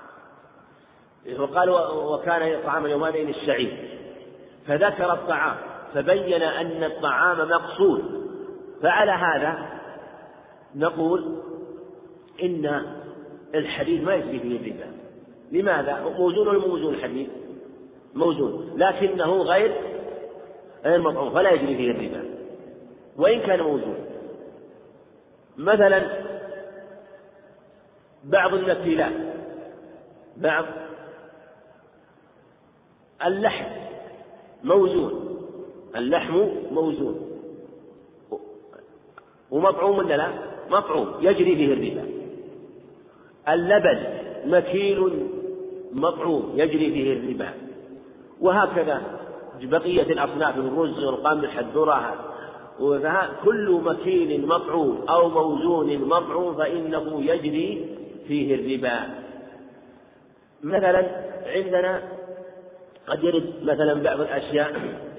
وقال وكان طعام يومئذ الشعير، فذكر الطعام فبين أن الطعام مقصود. فعلى هذا نقول إن الحديث ما يجري فيه الربا. لماذا؟ موزون الموزون الحديث موزون لكنه غير غير مطعوم فلا يجري فيه الربا وإن كان موزون. مثلا بعض المكيلات، بعض اللحم موزون، اللحم موزون ومطعوم ولا لا؟ مطعوم يجري فيه الربا. اللبن مكيل مطعوم يجري فيه الربا. وهكذا بقية الأصناف الرز والقمح الذرة، كل مكيل مطعوم أو موزون مطعوم فإنه يجري فيه الربا. مثلا عندنا قد يرد مثلا بعض الأشياء،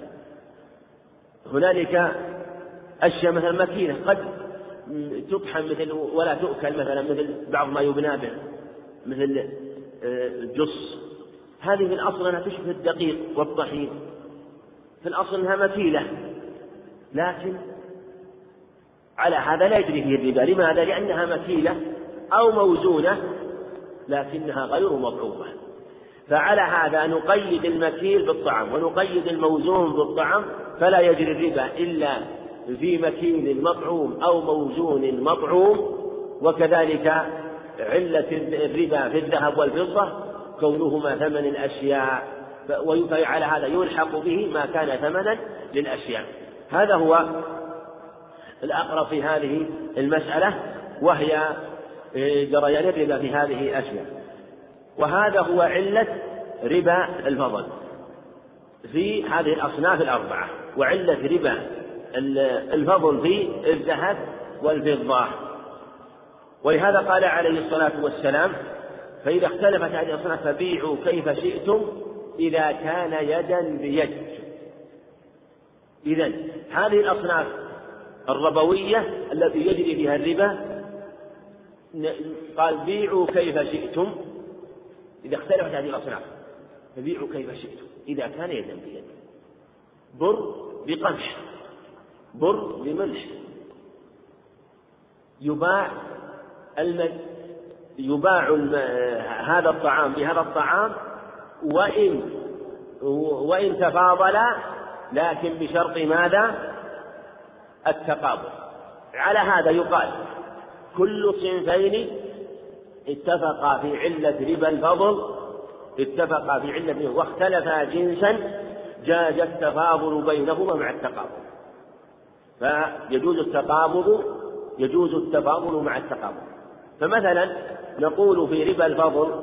هنالك أشياء مثلا مكينة قد تطحن مثل ولا تؤكل، مثلا مثل بعض ما يبنى به مثل الجص، هذه في الأصل أنها تشبه الدقيق والطحين، في الأصل أنها مكيلة، لكن على هذا لا يجري فيه الربا. لماذا؟ لأنها مكيلة أو موزونة لكنها غير مطعومة. فعلى هذا نقيد المكيل بالطعم ونقيد الموزون بالطعم، فلا يجري الربا إلا في مكيل مطعوم أو موزون مطعوم. وكذلك علة الربا في الذهب والفضة كونهما ثمن الأشياء، وعلى هذا يلحق به ما كان ثمنا للأشياء. هذا هو الأقرب في هذه المسألة، وهي جريان الربا في هذه الأشياء. وهذا هو علة ربا الفضل في هذه الأصناف الأربعة، وعلة ربا الفضل في الذهب والفضة. ولهذا قال عليه الصلاة والسلام: فإذا اختلفت هذه الأصناف فبيعوا كيف شئتم إذا كان يدا بيد. إذن هذه الأصناف الربوية التي يجري فيها الربا قال: بيعوا كيف شئتم إذا اختلفت هذه الأصناف فبيعوا كيف شئتم إذا كان يدا بيد. بر بقمح، بر بملح، يباع المد يباع هذا الطعام بهذا الطعام، وإن وإن تفاضلا، لكن بشرط ماذا؟ التقابل. على هذا يقال: كل صنفين اتفقا في علة ربا الفضل اتفقا في علة واختلفا جنسا جاز التفاضل بينهما مع التقابل. فيجوز التقابل يجوز التفاضل مع التقابل. فمثلا نقول في ربا الفضل: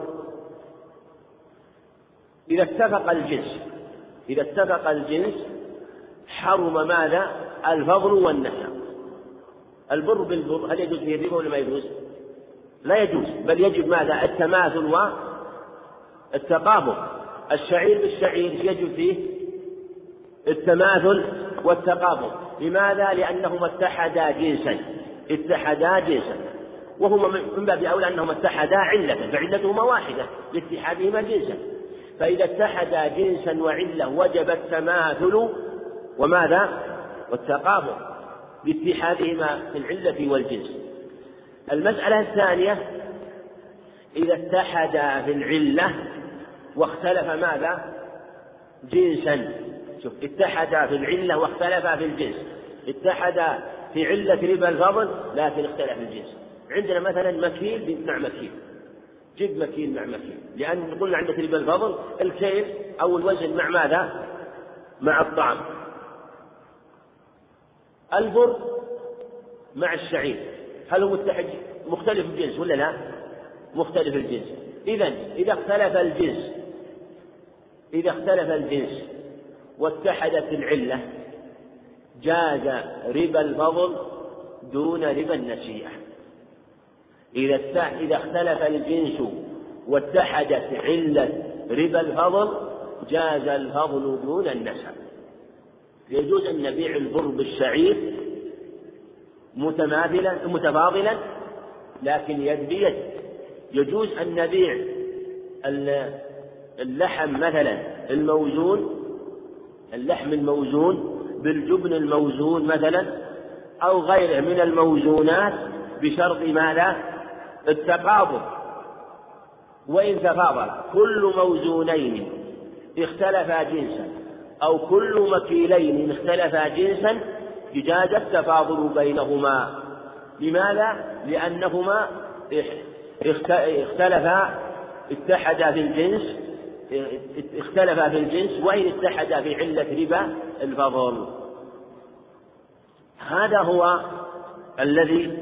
إذا اتفق الجنس إذا اتفق الجنس حرم ماذا؟ الفضل والنسب. البر بالبر هل يجوز فيه الربا ولا ما يجوز؟ لا يجوز، بل يجب ماذا؟ التماثل والتقابل. الشعير بالشعير يجب فيه التماثل والتقابل. لماذا؟ لأنهما اتحدا جنسا اتحدا جنسا وهما من باب أولى أنهما اتحدا علة، فعلتهما واحدة لاتحادهما جنسا. فإذا اتحدا جنسا وعلة وجب التماثل وماذا؟ والتقابل لاتحادهما في العلة والجنس. المسألة الثانية: إذا اتحدا في العلة واختلف ماذا؟ جنسا. شوف، اتحدا في العلة واختلفا في الجنس. اتحدا في علة ربا الفضل لكن اختلف الجنس. عندنا مثلا مكيل مع مكيل، جد مكيل مع مكيل، لأن قلنا عند ربا الفضل الكيل أو الوزن مع ماذا؟ مع الطعام. البر مع الشعير هل هو متحد مختلف الجنس ولا لا؟ مختلف الجنس. إذن إذا اختلف الجنس إذا اختلف الجنس واتحدت العلة جاز ربا الفضل دون ربا النسيئة. إذا إذا اختلف الجنس واتحدت علة ربا الفضل جاز الفضل دون النسب. يجوز أن نبيع البر بالشعير متماثلا متفاضلا لكن يد بيد. يجوز أن نبيع اللحم مثلا الموزون اللحم الموزون بالجبن الموزون مثلا أو غيره من الموزونات بشرط ماذا؟ التقابل. وإن تفاضل كل موزونين اختلفا جنسا أو كل مكيلين اختلفا جنسا جاز التفاضل بينهما. لماذا؟ لأنهما اختلفا اتحدا في الجنس اختلفا في الجنس وإن اتحدا في علة ربا الفضل. هذا هو الذي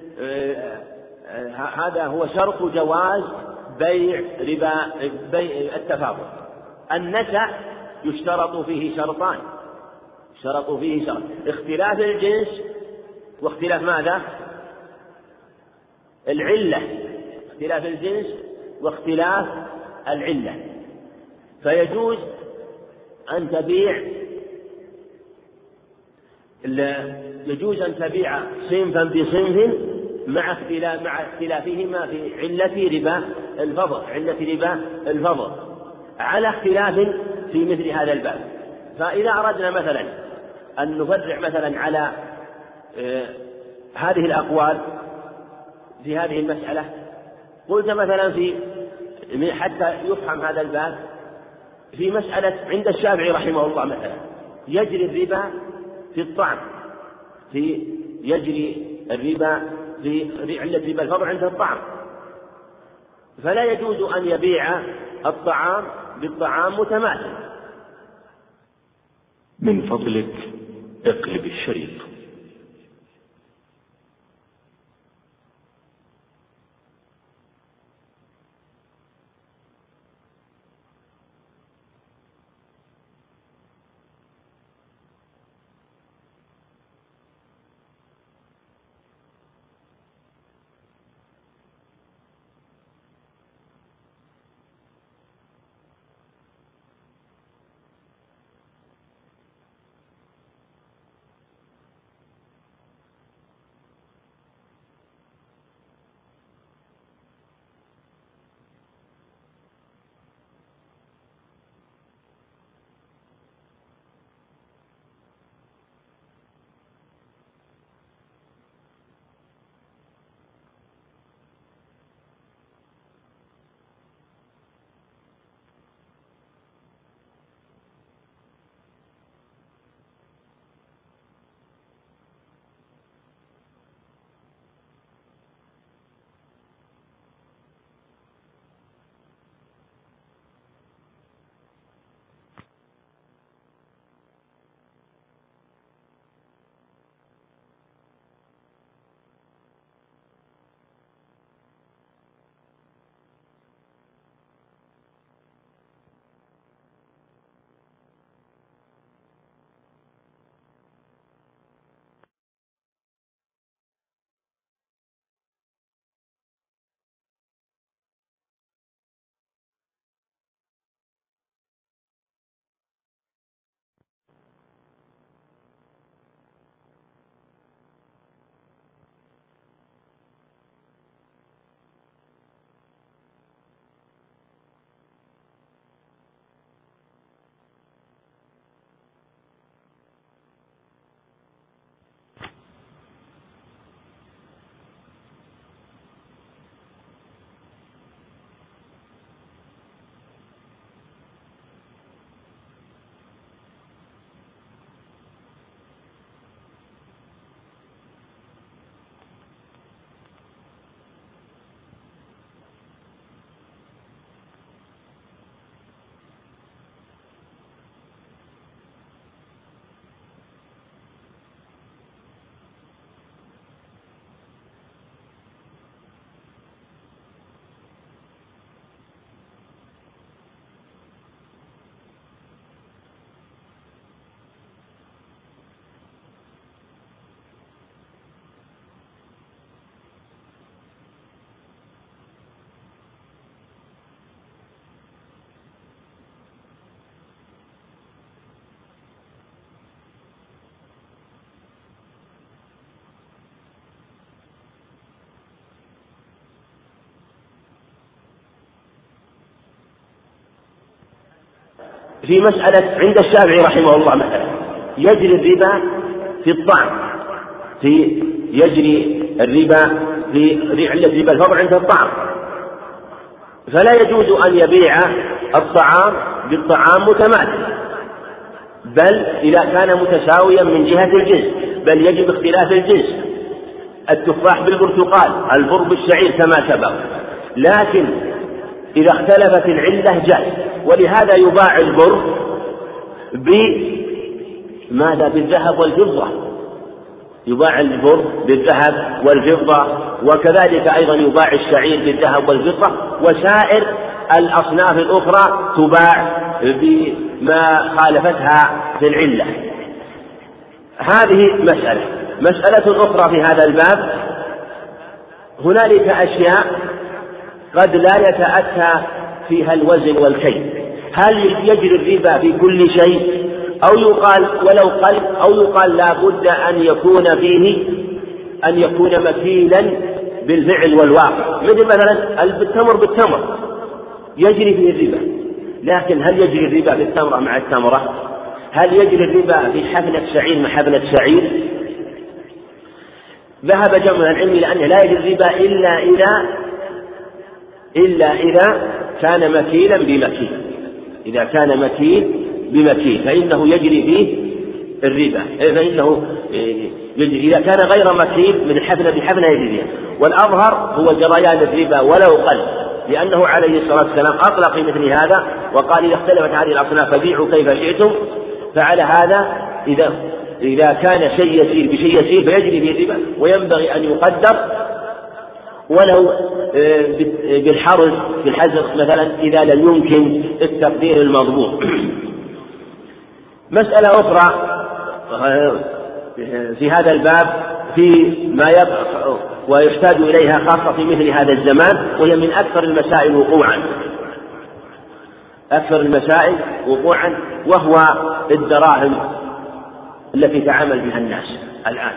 هذا هو شرط جواز بيع ربا بيع التفاضل. النسع يشترط فيه شرطان يشترط فيه شرط: اختلاف الجنس واختلاف ماذا؟ العلة اختلاف الجنس واختلاف العلة. فيجوز أن تبيع يجوز أن تبيع صنفا بصنف مع اختلاف مع اختلافهما في علة ربا الفضل علة ربا الفضل على اختلاف في مثل هذا الباب. فإذا أردنا مثلا أن نفرع مثلا على هذه الأقوال في هذه المسألة. قلت مثلا في حتى يفهم هذا الباب في مسألة عند الشافعي رحمه الله مثلا يجري الربا في الطعم، في يجري الربا في علة ربا الفضل عند الطعم، فلا يجوز أن يبيع الطعام بالطعام متماثل. من فضلك اقلب الشريط. في مسألة عند الشافعي رحمه الله مثلا يجري الربا في الطعم، في يجري الربا في علة ربا الفضل عند الطعم، فلا يجوز أن يبيع الطعام بالطعام متماثل، بل إذا كان متساويا من جهة الجنس، بل يجب اختلاف الجنس، التفاح بالبرتقال، البر بالشعير كما سبق، لكن إذا اختلفت العلة جاز. ولهذا يباع البر بماذا؟ بالذهب والفضة، يباع البر بالذهب والفضة، وكذلك أيضا يباع الشعير بالذهب والفضة، وسائر الأصناف الأخرى تباع بما خالفتها في العلة. هذه مسألة. مسألة أخرى في هذا الباب، هنالك أشياء قد لا يتأتى فيها الوزن والكيل، هل يجري الربا في كل شيء أو يقال ولو قل أو يقال لا بد أن يكون فيه أن يكون مكيلا بالفعل والواقع، مثل مثلا التمر بالتمر يجري فيه الربا، لكن هل يجري الربا بالتمرة مع التمرة؟ هل يجري الربا في حفنة شعير مع حفنة شعير؟ ذهب جمع من العلم إلى أنه لا يجوز الربا إلا إذا إلا إذا كان مكيلا بمكيل، إذا كان مكيل بمكيل فإنه يجري فيه الربا، فإنه يجري إذا كان غير مكيل من حفنة بحفنة يجري فيها. والأظهر هو جريان الربا ولو قل، لأنه عليه الصلاة والسلام أطلق في مثل هذا وقال إذا اختلفت هذه الأصناف فبيعوا كيف شئتم. فعلى هذا إذا إذا كان شيء يسير بشيء يسير فيجري فيه الربا، وينبغي أن يقدر ولو بالحرز في الحزر مثلا إذا لم يمكن التقدير المضبوط. مسألة أخرى في هذا الباب في ما يبقى ويحتاج إليها خاصة في مثل هذا الزمان، وهي من أكثر المسائل وقوعا أكثر المسائل وقوعا وهو الدراهم التي تعامل بها الناس الآن.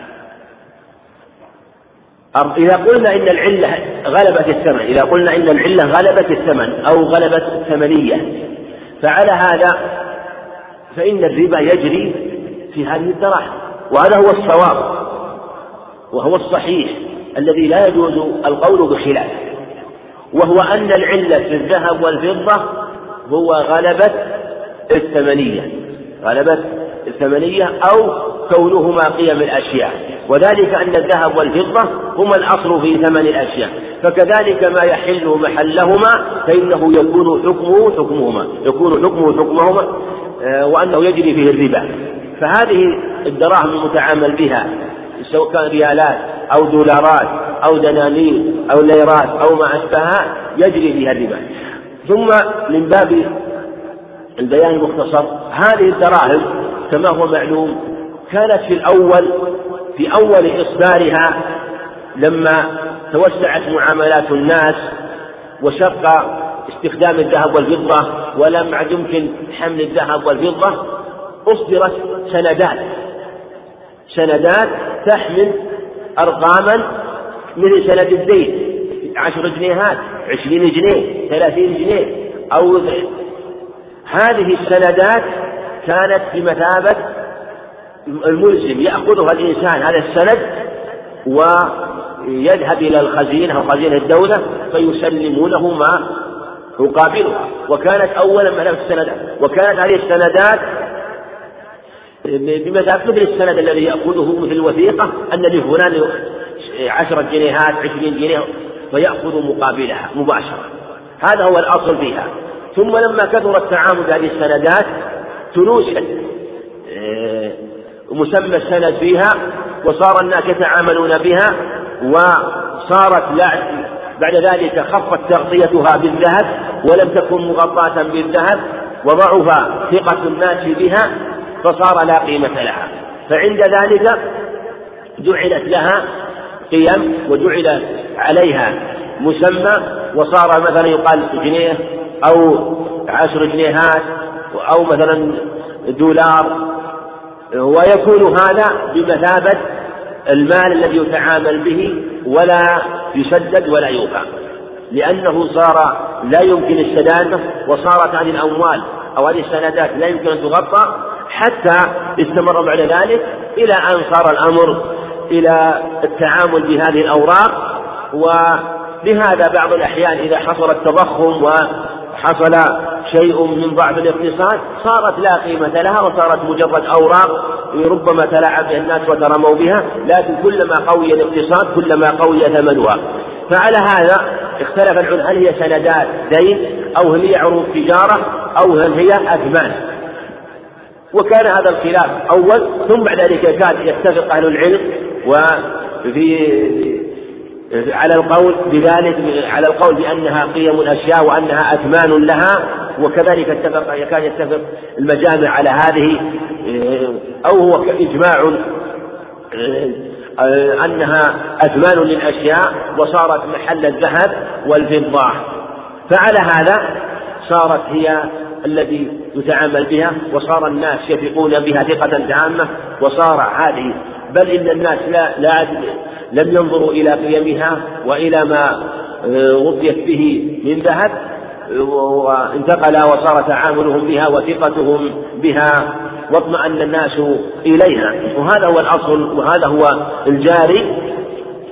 إذا قلنا إن العلة غلبت الثمن إذا قلنا إن العلة غلبت الثمن أو غلبت الثمنية، فعلى هذا فإن الربا يجري في هذه الدراهم، وهذا هو الصواب وهو الصحيح الذي لا يجوز القول بخلافه، وهو أن العلة في الذهب والفضة هو غلبة الثمنية غلبة الثمنية أو كونهما قيم الأشياء، وذلك أن الذهب والفضة هما الأصل في ثمن الأشياء، فكذلك ما يحل محلهما فإنه يكون حكمه حكمهما يكون حكمه حكمهما وأنه يجري فيه الربا. فهذه الدراهم المتعامل بها سواء كان ريالات أو دولارات أو دنانير أو ليرات أو ما أشبهها يجري فيها الربا. ثم من باب البيان المختصر، هذه الدراهم كما هو معلوم كانت في الأول في أول إصدارها لما توسعت معاملات الناس وشق استخدام الذهب والفضة ولم يعد يمكن حمل الذهب والفضة، أصدرت سندات سندات تحمل أرقاما مثل سند الزيت عشر جنيهات عشرين جنيه ثلاثين جنيه أو هذه السندات كانت بمثابة الملزم يأخذها الإنسان هذا السند ويذهب إلى الخزينة أو خزينة الدولة فيسلمونه ما يقابلها، وكانت أولا مثل السندات، وكانت هذه السندات بمثابة مثل السند الذي يأخذه مثل الوثيقة أن لفلان عشرة جنيهات عشرين جنيه فيأخذ مقابلها مباشرة. هذا هو الأصل فيها. ثم لما كثر التعامل بهذه السندات تنوشت مسمى السند فيها وصار الناس يتعاملون بها، وصارت بعد ذلك خفت تغطيتها بالذهب ولم تكن مغطاة بالذهب وضعف ثقة الناس بها فصار لا قيمة لها، فعند ذلك جعلت لها قيم وجعل عليها مسمى وصار مثلا يقال جنيه أو عشر جنيهات أو مثلا دولار، ويكون هذا بمثابة المال الذي يتعامل به ولا يسدد ولا يوفى، لأنه صار لا يمكن السداد، وصارت هذه الأموال أو هذه السندات لا يمكن أن تغطى حتى استمر بعد ذلك إلى أن صار الأمر إلى التعامل بهذه الأوراق. ولهذا بعض الأحيان إذا حصل التضخم وحصل شيء من ضعف الاقتصاد صارت لا قيمة لها وصارت مجرد أوراق ربما تلاعب بها الناس وترموا بها، لكن كلما قوي الاقتصاد كلما قوي ثمنها. فعلى هذا اختلف العلماء هل هي سندات دين أو هل هي عروض تجارة أو هل هي أثمان، وكان هذا الخلاف أول. ثم بعد ذلك كان يتفق أهل العلم وفي على القول بذلك على القول بأنها قيم الأشياء وأنها أثمان لها، وكذلك اتفق كان يتفق المجامع على هذه، أو هو إجماع أنها أثمان للأشياء وصارت محل الذهب والفضة. فعلى هذا صارت هي التي يتعامل بها وصار الناس يثقون بها ثقة تامة، وصار هذه بل إن الناس لا, لا لم ينظروا إلى قيمها وإلى ما غطيت به من ذهب، وانتقل وصار تعاملهم بها وثقتهم بها واطمأن الناس إليها، وهذا هو الأصل وهذا هو الجاري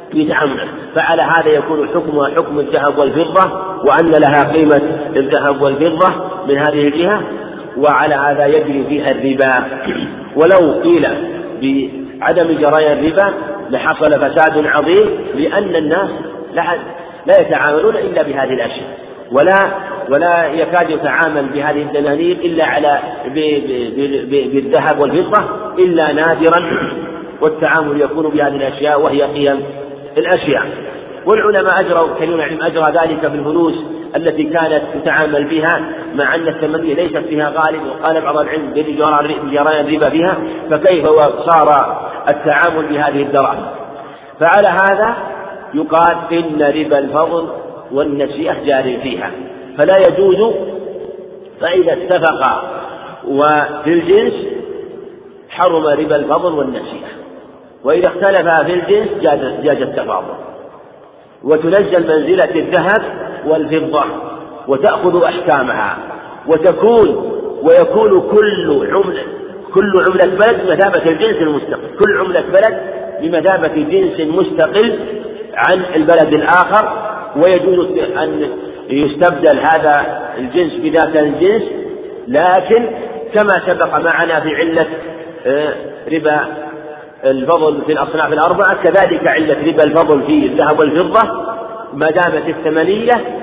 بتعامله، فعلى هذا يكون حكمها حكم الذهب والفضة، وأن لها قيمة الذهب والفضة من هذه الجهة، وعلى هذا يجري فيها الربا. ولو قيل بعدم جريان الربا لحصل فساد عظيم، لأن الناس لا يتعاملون إلا بهذه الأشياء، ولا ولا يكاد يتعامل بهذه الدنانير إلا على بالذهب والفضة إلا نادرا، والتعامل يكون بهذه الأشياء وهي قيم الأشياء. والعلماء أجروا كانوا أجرى ذلك في الفلوس التي كانت تتعامل بها، مع أن الثمنية ليست فيها غالب، وقال بعض العلم بجريان الربا بها، فكيف صار التعامل بهذه الدراهم؟ فعلى هذا يقال إن ربا الفضل والنسيئة جار فيها، فلا يجوز. فإذا اتفقا وفي الجنس حرم ربا الفضل والنسيئة، وإذا اختلفا في الجنس جاز التفاضل، وتنزل منزلة الذهب والفضة وتأخذ أحكامها، وتكون ويكون كل عملة كل عملة بلد بمثابة الجنس المستقل، كل عملة بلد بمثابة جنس مستقل عن البلد الآخر، ويجوز أن يستبدل هذا الجنس بذاك الجنس، لكن كما سبق معنا في علة ربا الفضل في الأصناف الأربعة، كذلك علة ربا الفضل في الذهب والفضة ما دامت الثمنية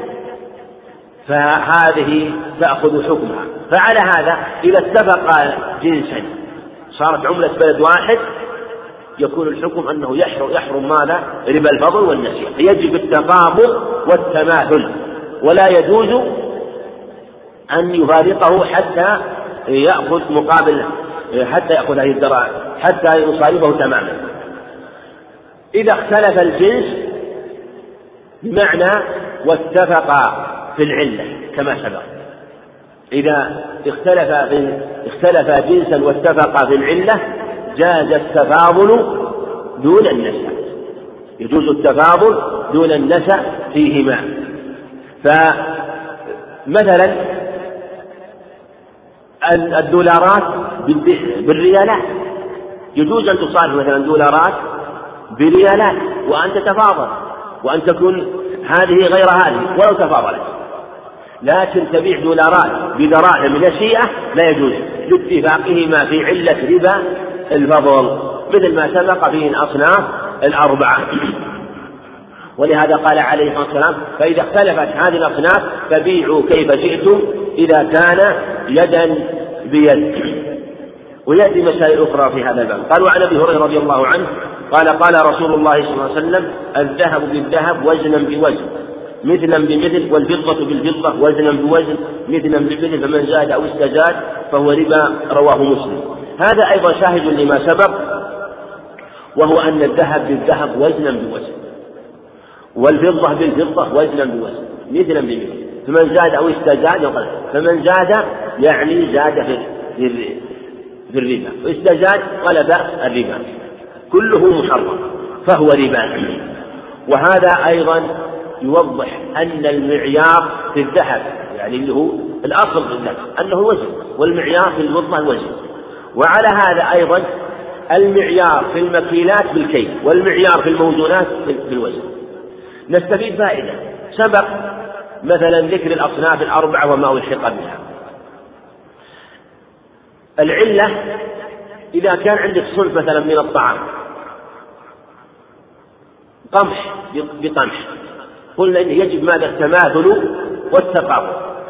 فهذه تأخذ حكمها. فعلى هذا إذا اتفق جنسا صارت عملة بلد واحد يكون الحكم أنه يحرم, يحرم ماذا؟ ربا الفضل والنسيئة، يجب التقابل والتماثل، ولا يجوز أن يفارقه حتى يأخذ مقابل حتى يأخذ هذه الدراهم حتى يصارفه تماما. إذا اختلف الجنس بمعنى واتفقا في العلة كما سبق، إذا اختلف في اختلف جنسا واتفقا في العلة جاز التفاضل دون النسأ، يجوز التفاضل دون النسأ فيهما. فمثلا الدولارات بالريالات يجوز أن تصارف مثلا دولارات بريالات وأن تتفاضل وأن تكون هذه غير هذه ولو تفاضلت، لكن تبيع دولارات بدراهم نسيئة لا يجوز لاتفاقهما في علة ربا الفضل، مثل ما سبق فيه الأصناف الأربعة. ولهذا قال عليه الصلاة والسلام: فإذا اختلفت هذه الأصناف فبيعوا كيف شئتم إذا كان يدا بيد. ويأتي مسائل أخرى في هذا الباب. قال: وعن أبي هريرة رضي الله عنه قال: قال رسول الله صلى الله عليه وسلم: الذهب بالذهب وزنا بوزن مثلا بمثل، والفضة بالفضة وزنا بوزن مثلا بمثل، فمن زاد أو استزاد فهو ربا. رواه مسلم. هذا أيضا شاهد لما سبق، وهو أن الذهب بالذهب وزنا بوزن، والفضة بالفضة وزنا بوزن مثلا بمثل، فمن زاد أو استزاد يقال، فمن زاد يعني زاد في في الربا، واستزاد غلب الربا، كله محرم فهو ربا. وهذا أيضا يوضح أن المعيار في الذهب يعني اللي هو الأصل في الذهب أنه وزن، والمعيار في الفضة الوزن. وعلى هذا أيضا المعيار في المكيلات بالكيل، والمعيار في الموزونات بالوزن. نستفيد فائدة سبق مثلا ذكر الأصناف الأربعة وما ألحق بها. العلة إذا كان عندك صنف مثلا من الطعام قمح بقمح، قلنا إن يجب ماذا؟ التماثل والتقابل.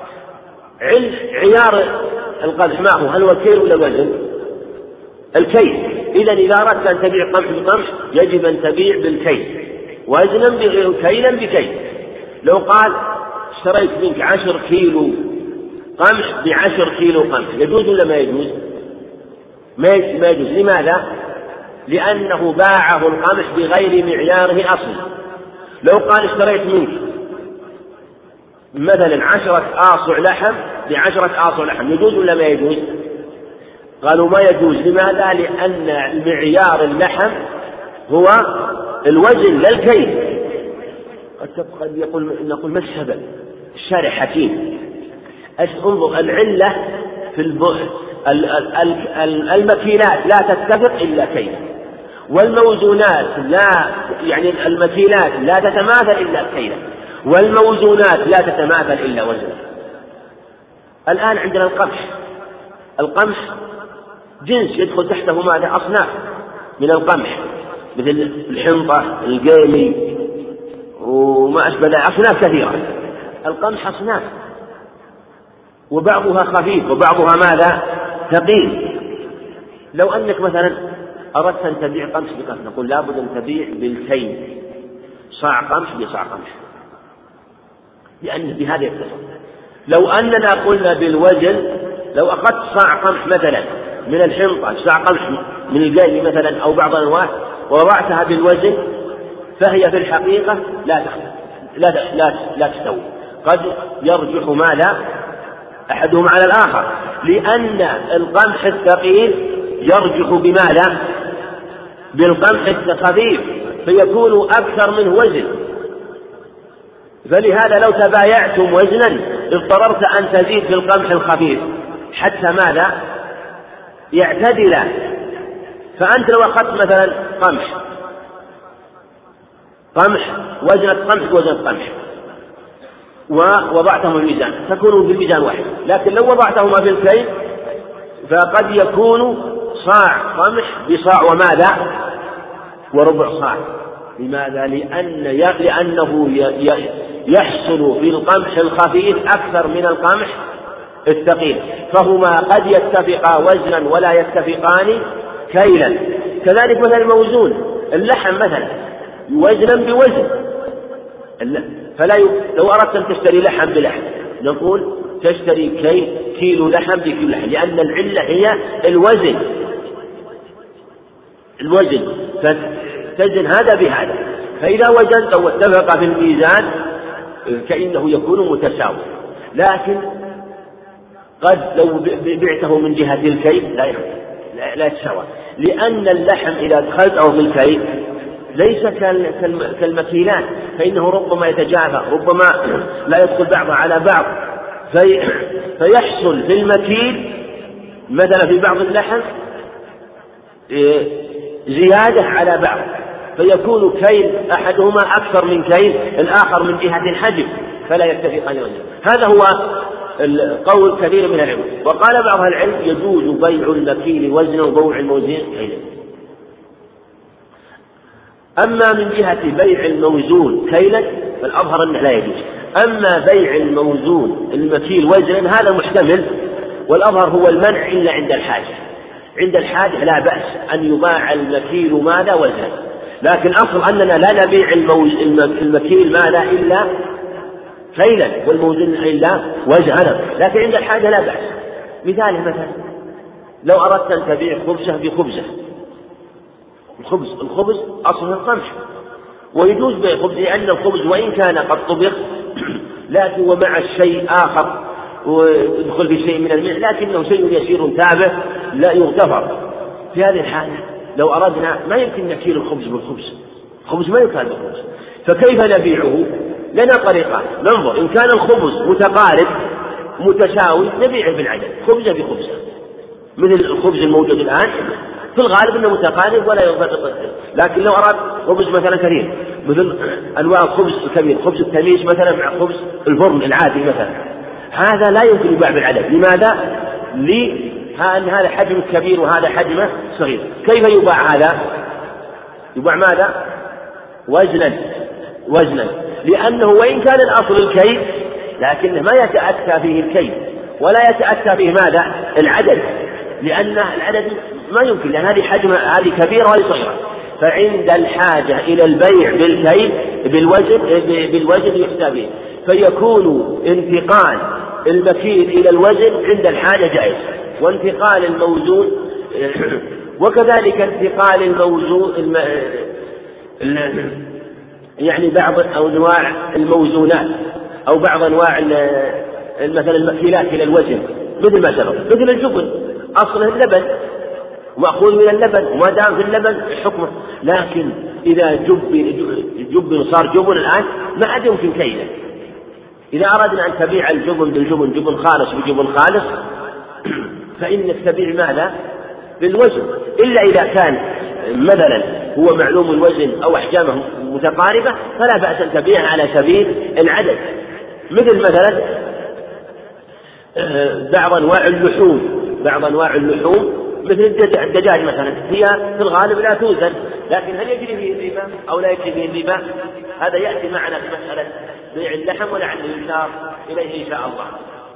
عيار القمح ما هو؟ هل هو الكيل ولا الوزن؟ الكيل. إذا إذا أردت أن تبيع قمح بقمح يجب أن تبيع بالكيل، وزنا كيلا بكيل. لو قال اشتريت منك عشر كيلو قمح بعشر كيلو قمح، يجوز ولا ما يجوز؟ ما يجوز. لماذا؟ لأنه باعه القمح بغير معياره أصلا. لو قال اشتريت منك مثلا عشرة آصع لحم بعشرة آصع لحم، يجوز ولا ما يجوز؟ قالوا ما يجوز. لماذا؟ لأن معيار اللحم هو الوزن لا الكيل. قد يقول نقول ما السبب؟ الشارع حكيم. انظر، العلة في المكيلات لا تتفق إلا كيل، والموزونات لا يعني المكيلات لا تتماثل إلا كيلا، والموزونات لا تتماثل إلا وزنا. الآن عندنا القمح، القمح جنس يدخل تحته ماذا؟ أصناف من القمح مثل الحنطة، القيلي، وما أشبه ذلك، أصناف كثيرة. القمح أصناف، وبعضها خفيف وبعضها ماذا؟ ثقيل. لو أنك مثلا أردت أن تبيع قمح بقمح نقول لابد أن تبيع بالكيل، صاع قمح بصاع قمح، لأن بهذا يتصل. لو أننا قلنا بالوزن، لو أخذت صاع قمح مثلا من الحنطة، صاع قمح من القيلي مثلا أو بعض الأنواع، ووضعتها بالوزن، فهي في الحقيقة لا لا لا لا تستوي، قد يرجح ماذا؟ أحدهما على الآخر، لأن القمح الثقيل يرجح بماذا؟ بالقمح الخفيف، فيكون أكثر منه وزن. فلهذا لو تبايعتم وزنا اضطررت أن تزيد في القمح الخفيف حتى ماذا؟ يعتدل. فأنت لو أخذت مثلا قمح قمح وزنة قمح وزنة قمح ووضعتهما في الميزان تكون في الميزان واحد، لكن لو وضعتهما في الكيل فقد يكون صاع قمح بصاع وماذا؟ وربع صاع. لماذا؟ لأن لأنه يحصل في القمح الخفيف أكثر من القمح الثقيل، فهما قد يتفقا وزنا ولا يتفقان كيلا. كذلك مثلا الموزون، اللحم مثلا وزنا بوزن، فلا ي... لو أردت أن تشتري لحم بلحم نقول تشتري كي... كيلو لحم بكيلو لحم، لأن العلة هي الوزن الوزن فتزن هذا بهذا. فإذا وزنت واتفق في الميزان كأنه يكون متساوي. لكن قد لو بعته من جهة الكيل لا لا, لا يتساوى، لأن اللحم إذا دخلته في الكيل ليس كالمكيلات، فإنه ربما يتجافى، ربما لا يدخل بعضها على بعض، في فيحصل في المكيل مثلا في بعض اللحم زيادة على بعض، فيكون كيل أحدهما أكثر من كيل الآخر من جهة الحجم، فلا يتفقان وزنا. هذا هو القول كثير من العلم. وقال بعض العلم يجوز بيع المكيل وزنا وبيع الموزين كيلا. أما من جهة بيع الموزون كيلا فالأظهر أنه لا يجوز. أما بيع الموزون المكيل وزنا هذا محتمل، والأظهر هو المنع إلا عند الحاجة. عند الحاجة لا بأس أن يباع المكيل ماذا وزنا، لكن أصل أننا لا نبيع المكيل ماذا إلا كيلا والموزن إلا وزنا، لكن عند الحاجة لا بأس. مثاله مثلا لو أردت أن تبيع خبزة بخبزة، الخبز الخبز أصله القمح، ويجوز بيع الخبز لأن الخبز وإن كان قد طبخ لكن ومع الشيء آخر ويدخل في شيء من الملح لكنه شيء يسير تابع لا يغتفر. في هذه الحالة لو أردنا ما يمكن نكيل الخبز بالخبز، الخبز ما يكال بالخبز، فكيف نبيعه؟ لنا طريقة ننظر إن كان الخبز متقارب متساوي نبيعه بالعدد خبزة بخبزة، مثل الخبز الموجود الآن في الغالب أنه متقارب ولا يضبط. لكن لو أراد خبز مثلا كثير مثل أنواع الخبز الكبير، خبز التميس مثلا مع خبز الفرن العادي مثلا، هذا لا يمكن يباع بالعدد. لماذا؟ لأن هذا حجم كبير وهذا حجمه صغير. كيف يباع هذا؟ يباع ماذا؟ وزنا وزنا، لأنه وإن كان الأصل الكيل لكنه ما يتأتى فيه الكيل ولا يتأتى فيه ماذا؟ العدد، لأن العدد ما يمكن، لأن هذه حجم هذه كبيرة وهذه صغيرة. فعند الحاجة إلى البيع بالكيل بالوزن بالوزن يحسب به، فيكون انتقال المكيل إلى الوزن عند الحاجة جائز، وانتقال الموزون وكذلك انتقال الموزون الم... يعني بعض أنواع الموزونات أو بعض أنواع مثلا المكيلات إلى الوزن مثل ما سبق، مثل الجبن أصله اللبن مأخوذ من اللبن وما دام في اللبن حكمه، لكن إذا جب جب صار جبن الآن ما عاد يمكن كيله. إذا أردنا أن تبيع الجبن بالجبن جبن خالص بجبن خالص فإنك تبيع ماذا؟ بالوزن، إلا إذا كان مثلا هو معلوم الوزن أو أحجامه متقاربة فلا بأس أن تبيعها على سبيل العدد، مثل مثلا بعض أنواع اللحوم بعض أنواع اللحوم مثل الدجاج مثلا، هي في الغالب لا توزن، لكن هل يجري فيه الربا أو لا يجري فيه الربا؟ هذا يأتي معنا في مسألة بيع اللحم ولعله يشار إليه إن شاء الله.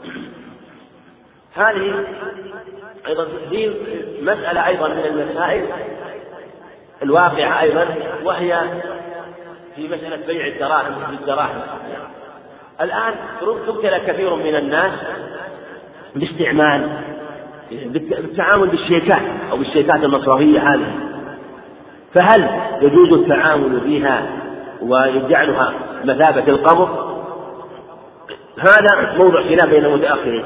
هذه أيضا دي مسألة أيضا من المسائل الواقعة أيضا، وهي في مسألة بيع الدراهم بالدراهم. الآن تبتلى كثير من الناس باستعمال بالتعامل بالشيكات أو بالشيكات المصرفية هذه، فهل يجوز التعامل بها ويجعلها مثابة القبض؟ هذا موضوع خلاف بين المتأخرين.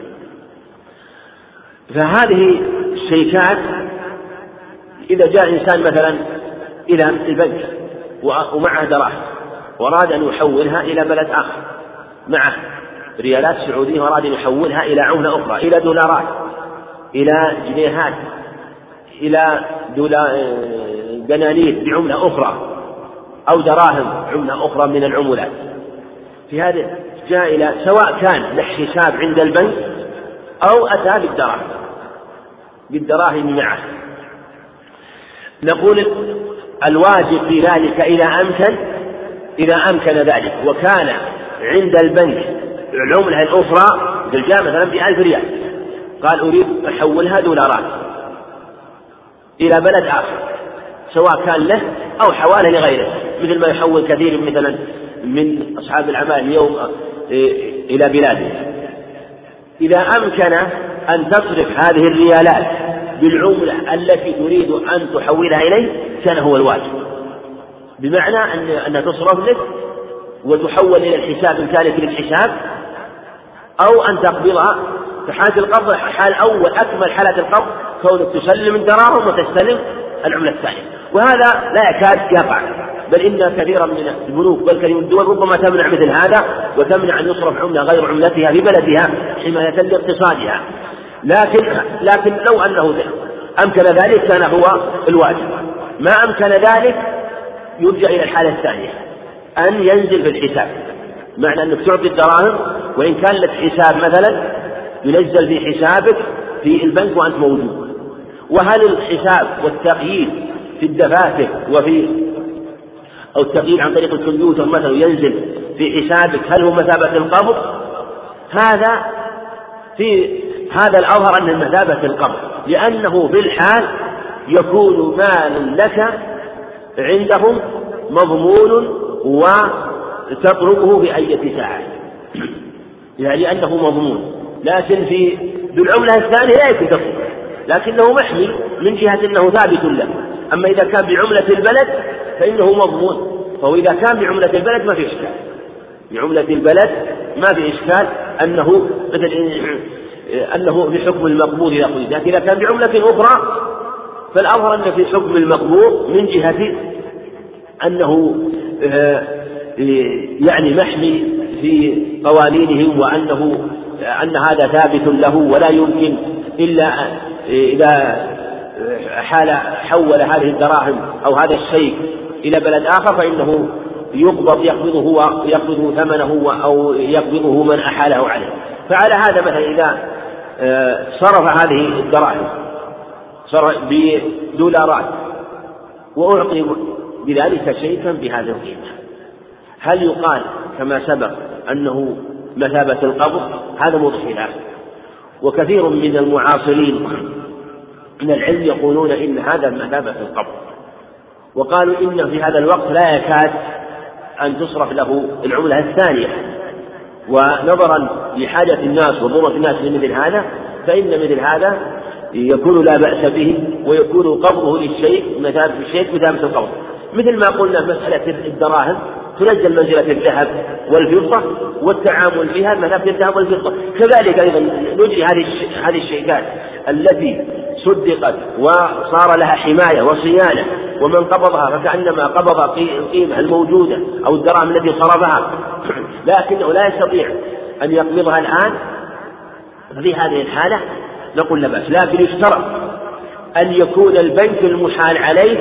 فهذه الشيكات إذا جاء إنسان مثلا إلى البنك ومعه دراهم وأراد أن يحولها إلى بلد آخر، معه ريالات سعودية وأراد أن يحولها إلى عملة أخرى، إلى دولارات، إلى جنيهات، إلى دنانير بعملة أخرى، أو دراهم عملة أخرى من العملات. في هذا جاء إلى سواء كان له حساب عند البنك أو أتى بالدراهم بالدراهم معه، نقول الواجب في ذلك إذا أمكن إذا أمكن ذلك وكان عند البنك العملة الأخرى، جاء مثلا بألف ريال قال أريد أحولها دولارات إلى بلد آخر، سواء كان له أو حواله لغيره، مثل ما يحول كثير مثلا من أصحاب الأعمال اليوم إلى بلاده. إذا أمكن أن تصرف هذه الريالات بالعملة التي تريد أن تحولها إليه كان هو الواجب، بمعنى أن أن تصرف لك وتحول إلى الحساب الثالث للحساب، أو أن تقبضها في حالة القبض. حال أول أكمل حالة القبض كونك تسلم الدراهم وتستلم العملة الثانية، وهذا لا يكاد يقع، بل إن كثيرا من البنوك بل كثير من الدول ربما تمنع مثل هذا وتمنع أن يصرف عملة غير عملتها في بلدها حماية لاقتصادها. لكن لكن لو أنه أمكن ذلك كان هو الواجب. ما أمكن ذلك يرجع إلى الحالة الثانية، أن ينزل في الحساب، معنى أنك تعطي الدراهم وإن كان لك حساب مثلا ينزل في حسابك في البنك وأنت موجود. وهل الحساب والتقييد في الدفاتر وفي أو التقييد عن طريق الكمبيوتر مثلا ينزل في حسابك هل هو مثابة القبض؟ هذا في هذا الأظهر أن مثابة القبض، لأنه في الحال يكون مال لك عندهم مضمون وتتركه في أي ساعة، يعني أنه مضمون. لكن في بالعملة الثانية لا يمكن تصرف، لكنه محمي من جهة أنه ثابت له. أما إذا كان بعملة البلد فإنه مضمون، فهو إذا كان بعملة البلد ما في إشكال، بعملة البلد ما في إشكال أنه مثل أنه في حكم المقبوض إذا قلت. لكن إذا كان بعملة أخرى فالأظهر أن في حكم المقبوض من جهة أنه يعني محمي في قوانينهم، وأنه أن هذا ثابت له ولا يمكن إلا إذا حال حول هذه الدراهم أو هذا الشيء إلى بلد آخر فإنه يقبض يقبضه ويقبضه ثمنه أو يقبضه من أحاله عليه. فعلى هذا مثلا إذا صرف هذه الدراهم صرف بدولارات وأعطي بذلك شيئا بهذه القيمة، هل يقال كما سبق أنه مثابة القبض؟ هذا موضوع خلاف. وكثير من المعاصرين من العلم يقولون إن هذا مثابة القبض، وقالوا إن في هذا الوقت لا يكاد أن تصرف له العملة الثانية، ونظرا لحاجة الناس وضرورة الناس لمثل هذا فإن مثل هذا يكون لا بأس به، ويكون قبضه للشيء مثابة الشيء مثابة القبض. مثل ما قلنا مسألة الدراهم تنزل منزلة الذهب والفضة والتعامل فيها مثابة الذهب والفضة، كذلك أيضا نجري هذه هذه الشيكات التي صدقت وصار لها حماية وصيانة، ومن قبضها فكأنما قبض القيمة الموجودة أو الدراهم التي صرفها، لكنه لا يستطيع أن يقبضها الآن. في هذه الحالة نقول لا بأس، لكن يشترط أن يكون البنك المحال عليه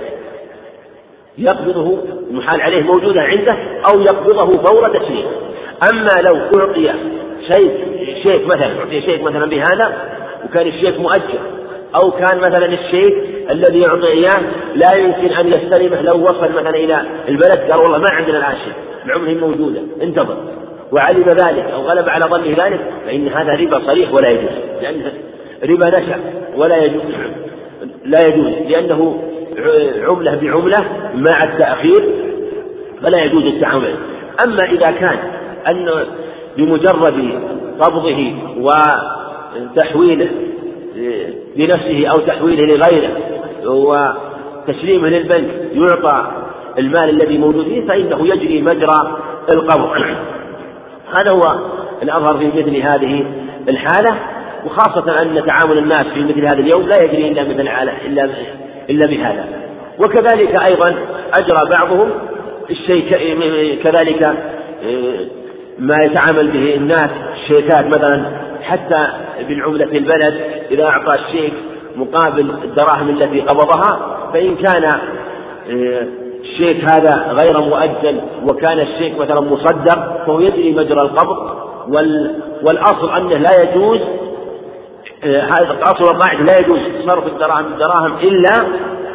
يقبضه، المحال عليه موجودا عنده أو يقبضه فور تسليمه. أما لو أعطي شيك شيك مثلا أعطي شيك مثلا بهذا وكان الشيك مؤجل، أو كان مثلا الشيك الذي يعطي إياه لا يمكن أن يستلمه لو وصل مثلا إلى البلد قال والله ما عندنا الآن شيء العملة موجودة انتظر، وعلم ذلك أو غلب على ظنه ذلك، فإن هذا ربا صريح ولا يجوز، لأن ربا نشأ ولا يجوز لا يجوز لأنه عملة بعملة مع التأخير فلا يجوز التعامل. أما إذا كان أن بمجرد قبضه وتحويله لنفسه أو تحويله لغيره وتسليمه للبنك يعطى المال الذي موجود فيه فإنه يجري مجرى القبض. هذا هو الأظهر في مثل هذه الحالة، وخاصة أن تعامل الناس في مثل هذا اليوم لا يجري إلا مثل إلا إلا بهذا. وكذلك أيضا أجرى بعضهم الشيء كذلك ما يتعامل به الناس الشيكات مثلا حتى بالعملة البلد، إذا أعطى الشيك مقابل الدراهم التي قبضها، فإن كان الشيك هذا غير مؤجل وكان الشيك مثلا مصدق فهو يجري مجرى القبض. والأصل أنه لا يجوز، هذا الأصل والقاعدة لا يجوز صرف الدراهم الدراهم إلا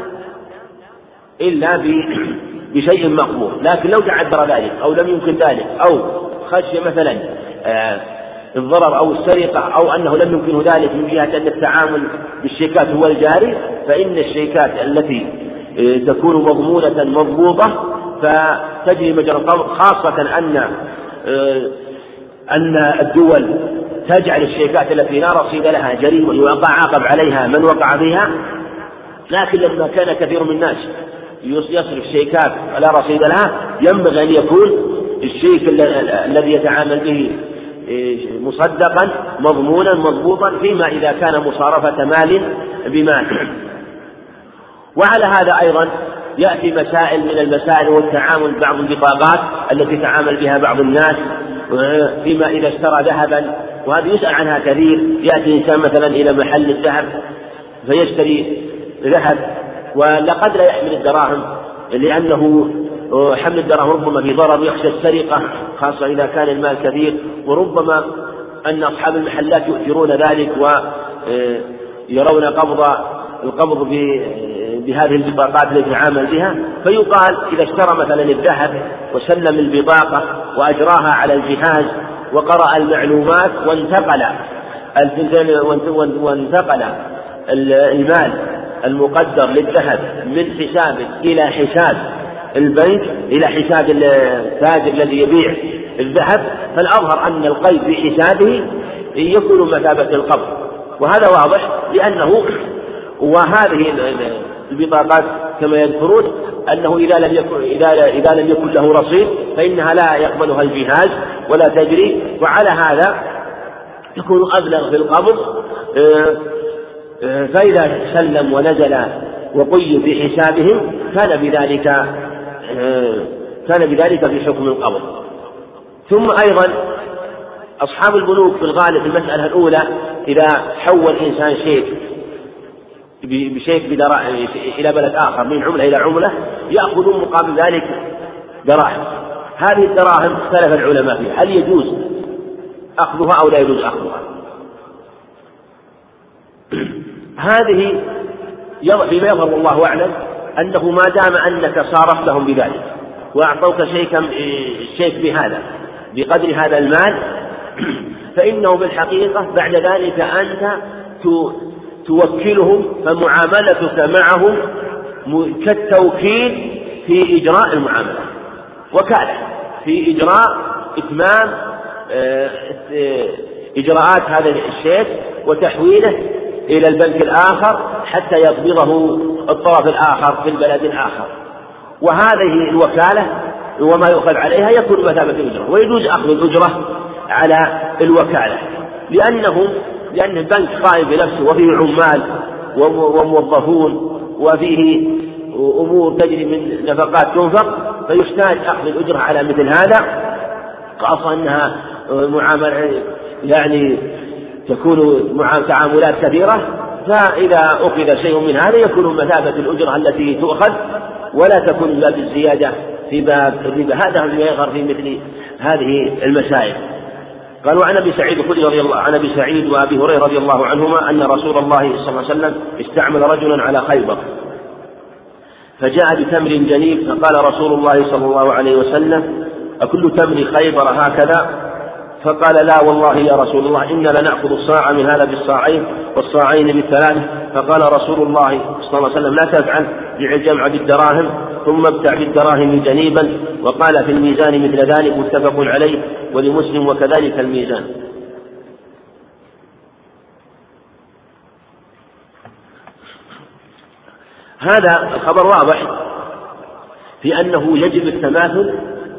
إلا بشيء مقبول. لكن لو تعذر ذلك أو لم يمكن ذلك أو خشي مثلا الضرر أو السرقة أو أنه لم يمكنه ذلك من جهة أن التعامل بالشيكات هو الجاري، فإن الشيكات التي تكون مضمونة مضبوطة فتجري مجرى القبض، خاصة أن أن الدول تجعل الشيكات التي لا رصيد لها جريمة ويوقع عاقب عليها من وقع بها. لكن لما كان كثير من الناس يصرف شيكات لا رصيد لها ينبغي أن يكون الشيك الذي يتعامل به مصدقا مضمونا مضبوطا فيما إذا كان مصارفة مال بمال. وعلى هذا أيضا يأتي مسائل من المسائل والتعامل بعض البطاقات التي تعامل بها بعض الناس فيما إذا اشترى ذهبا، وهذا يسأل عنها كثير. يأتي إنسان مثلا إلى محل الذهب فيشتري ذهب ولقد لا يحمل الدراهم، لأنه حمل الدراهم ربما في ضرر يخشى السرقة خاصة إذا كان المال كثير، وربما أن أصحاب المحلات يؤثرون ذلك ويرون قبض القبض بهذه البطاقات التي يتعامل بها. فيقال إذا اشترى مثلا الذهب وسلم البطاقة وأجراها على الجهاز وقرأ المعلومات وانتقل وانتقل المال المقدر للذهب من حسابه إلى حساب البنك إلى حساب التاجر الذي يبيع الذهب، فالأظهر أن القيد بحسابه يكون مثابة القبض، وهذا واضح لأنه وهذه البطاقات كما يذكرون أنه إذا لم يكن إذا إذا لم يكن له رصيد فإنها لا يقبلها الجهاز ولا تجري، وعلى هذا يكون أبلغ في القبض. فإذا سلم ونزل وقيد بحسابهم كان بذلك كان بذلك في حكم القبض. ثم أيضا أصحاب البنوك في الغالب في المسألة الأولى إذا حول إنسان شيك بشيك إلى بلد آخر من عملة إلى عملة يأخذون مقابل ذلك دراهم. هذه الدراهم اختلف العلماء فيها هل يجوز أخذها أو لا يجوز أخذها. هذه فيما يظهر والله أعلم أنه ما دام أنك صارفتهم بذلك وأعطوك شيكا الشيك بهذا بقدر هذا المال فإنه بالحقيقة بعد ذلك أنت توكلهم، فمعاملتك معهم كالتوكيل في إجراء المعاملة، وكالة في إجراء إتمام إجراءات هذا الشيك وتحويله إلى البنك الآخر حتى يقبضه الطرف الآخر في البلد الآخر. وهذه الوكالة وما يؤخذ عليها يكون مثابة الأجرة، ويجوز أخذ الأجرة على الوكالة لأنه لأن البنك قائم بنفسه وفيه عمال وموظفون وفيه أمور تجري من نفقات تنفق، فيحتاج أخذ الأجرة على مثل هذا، خاصة أنها معاملة يعني تكون مع تعاملات كثيرة. فإذا أخذ شيء من هذا يكون مثابة الأجرة التي تؤخذ ولا تكون من باب الزيادة في باب الربا. هذا الذي يظهر في مثل هذه المسائل. قالوا عن أبي سعيد الخدري رضي الله عن أبي سعيد وأبي هريرة رضي الله عنهما أن رسول الله صلى الله عليه وسلم استعمل رجلا على خيبر فجاء بتمر جنيب فقال رسول الله صلى الله عليه وسلم أكل تمر خيبر هكذا؟ فقال لا والله يا رسول الله إنا لنأخذ الصاع من هذا بالصاعين والصاعين بالثلاث. فقال رسول الله صلى الله عليه وسلم لا تفعل، بيع الجمع بالدراهم ثم ابتع بالدراهم جنيبا. وقال في الميزان مثل ذلك متفق عليه ولمسلم وكذلك الميزان. هذا الخبر واضح في أنه يجب التماثل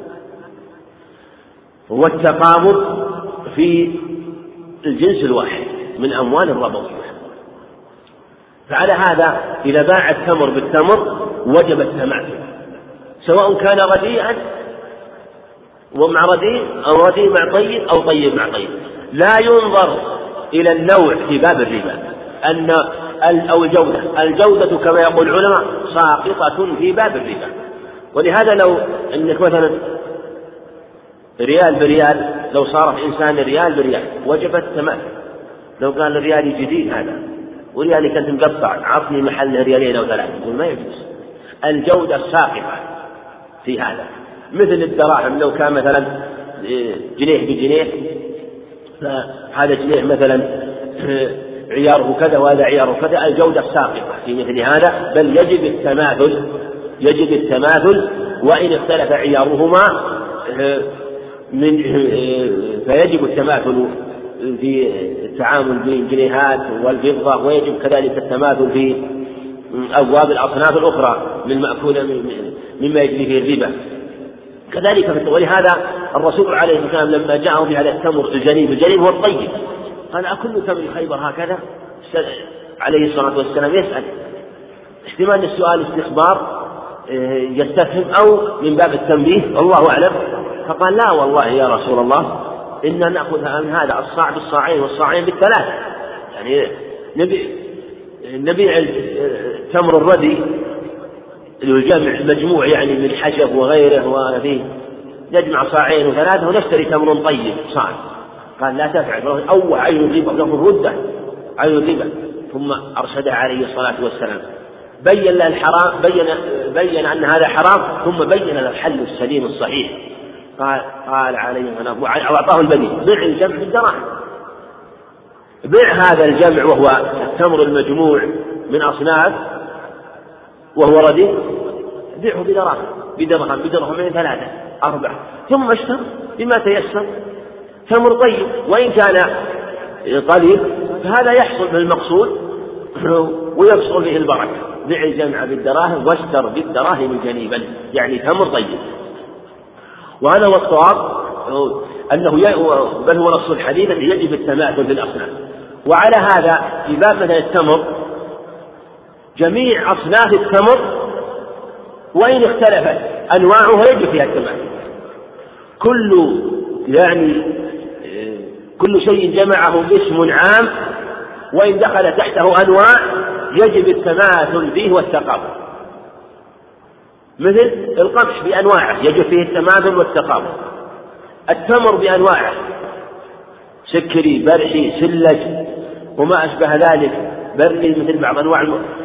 والتقابض في الجنس الواحد من أموال الربوية. فعلى هذا إذا باع التمر بالتمر وجب التماثل، سواء كان رديئا ومع رديء أو رديء مع طيب أو طيب مع طيب. لا ينظر إلى النوع في باب الربا أن أو الجودة، الجودة كما يقول العلماء ساقطة في باب الربا. ولهذا لو أنك مثلا ريال بريال، لو صار في إنسان ريال بريال وجب التماثل. لو قال الريال جديد هذا وريالي كنت مقطع عطني محل ريالين أو ثلاثة، يقول ما يجوز. الجودة ساقطة في هذا. مثل الدراهم لو كان مثلا جنيه بجنيه، فهذا جنيه مثلا عياره كذا وهذا عياره كذا، الجودة ساقطة في مثل هذا. بل يجب التماثل، يجب التماثل وإن اختلف عيارهما من فيجب التماثل في التعامل بين الجنيهات والفضة، ويجب كذلك التماثل في أبواب الأصناف الأخرى من مأكولة مما يجري فيه الربا كذلك. ولهذا الرسول عليه الصلاة والسلام لما جاءه بهذا التمر الجنيب، الجنيب هو الطيب، قال أكل تمر خيبر هكذا؟ عليه الصلاة والسلام يسأل احتمال السؤال استخبار يستفهم أو من باب التنبيه والله أعلم. فقال لا والله يا رسول الله إننا نأخذ من هذا الصاع بالصاعين والصاعين بالثلاث، يعني نبيع التمر الردي الجمع مجموع يعني من حشب وغيره وفيه نجمع صاعين وثلاثة ونشتري تمر طيب صاع. قال لا تفعل، أول عين الربا له ردة عين الربا. ثم أرشد عليه الصلاة والسلام بين له الحرام، بين بين أن هذا حرام، ثم بين له الحل السليم الصحيح. قال قال عليه وأعطاه البديل بيع الجمع بالدراهم، بيع هذا الجمع وهو التمر المجموع من أصناف وهو رديء، بيعه بدراهم بدرهم بدرهم من ثلاثة أربعة، ثم اشتر بما تيسر تمر طيب وإن كان قليل، فهذا يحصل بالمقصود ويحصل به البركة. بيع الجمع بالدراهم واشتر بالدراهم جنيبا، يعني تمر طيب. وهذا هو الصواب أنه بل هو نص الحديث أن يجب التماثل في الأصناف. وعلى هذا في باب مثلا التمر جميع أصناف التمر وإن اختلفت أنواعها يجب فيها التماثل. كل يعني كل شيء جمعه اسم عام وإن دخل تحته أنواع يجب التماثل فيه والتقابل. مثل القمح بأنواعه يجب فيه التماثل والتقابل. التمر بأنواعه سكري برحي سلج وما أشبه ذلك، بري مثل بعض أنواع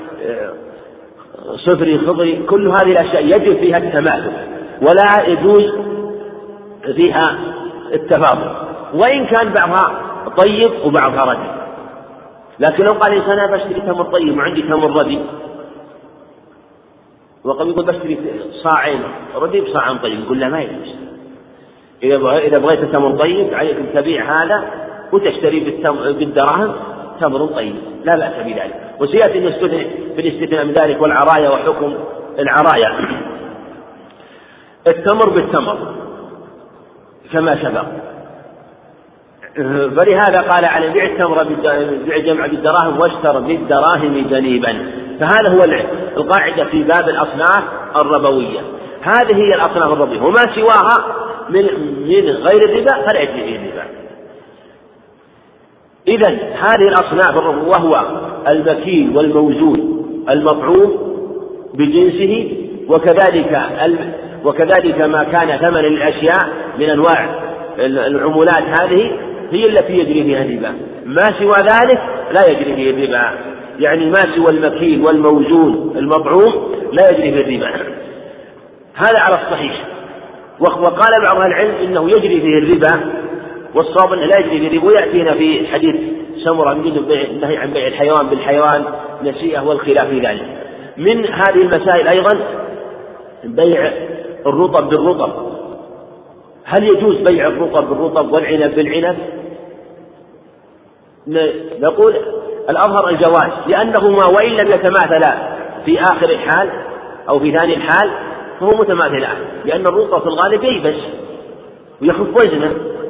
صفري خضري، كل هذه الأشياء يجب فيها التماثل ولا يجوز فيها التفاضل، وإن كان بعضها طيب وبعضها ردي. لكن لو قال الإنسان أنا بشتري تمر طيب وعندي تمر ردي، وقد يقول بشتري صاعين ردي بصاع طيب، يقول لا ما يجوز. إذا بغيت تمر طيب عليك أن تبيع هذا وتشتري بالدراهم تمر طيب، لا بأس بذلك. وسيأتي بالاستثناء من ذلك والعرايا وحكم العرايا. التمر بالتمر كما سبق، فلهذا قال على بيع التمر بيع الجمع بالدراهم واشتر بالدراهم جنيبا. فهذا هو القاعدة في باب الأصناف الربوية. هذه هي الأصناف الربوية، وما سواها من من غير الربا فلا يجري فيه الربا. إذن هذه الأصناف الربوية وهو المكيل والموزون المطعوم بجنسه، وكذلك وكذلك ما كان ثمن الأشياء من أنواع العمولات هذه هي التي يجري فيها الربا. ما سوى ذلك لا يجري فيه الربا، يعني ما سوى المكيل والموزون المطعوم لا يجري فيه الربا. هذا على الصحيح. وقال بعض أهل العلم إنه يجري فيه الربا، والصواب أنه لا يجري فيه الربا. ويأتينا في حديث سمرة من النهي عن بيع الحيوان بالحيوان نسيئة والخلاف في ذلك. من هذه المسائل أيضا بيع الرطب بالرطب. هل يجوز بيع الرطب بالرطب والعنب بالعنب؟ نقول الأظهر الجواز، لأنهما وإن لم يتماثلا في آخر الحال أو في ثاني الحال فهو متماثلان، لأن الرطب في الغالب ييبس ويخف وزنه،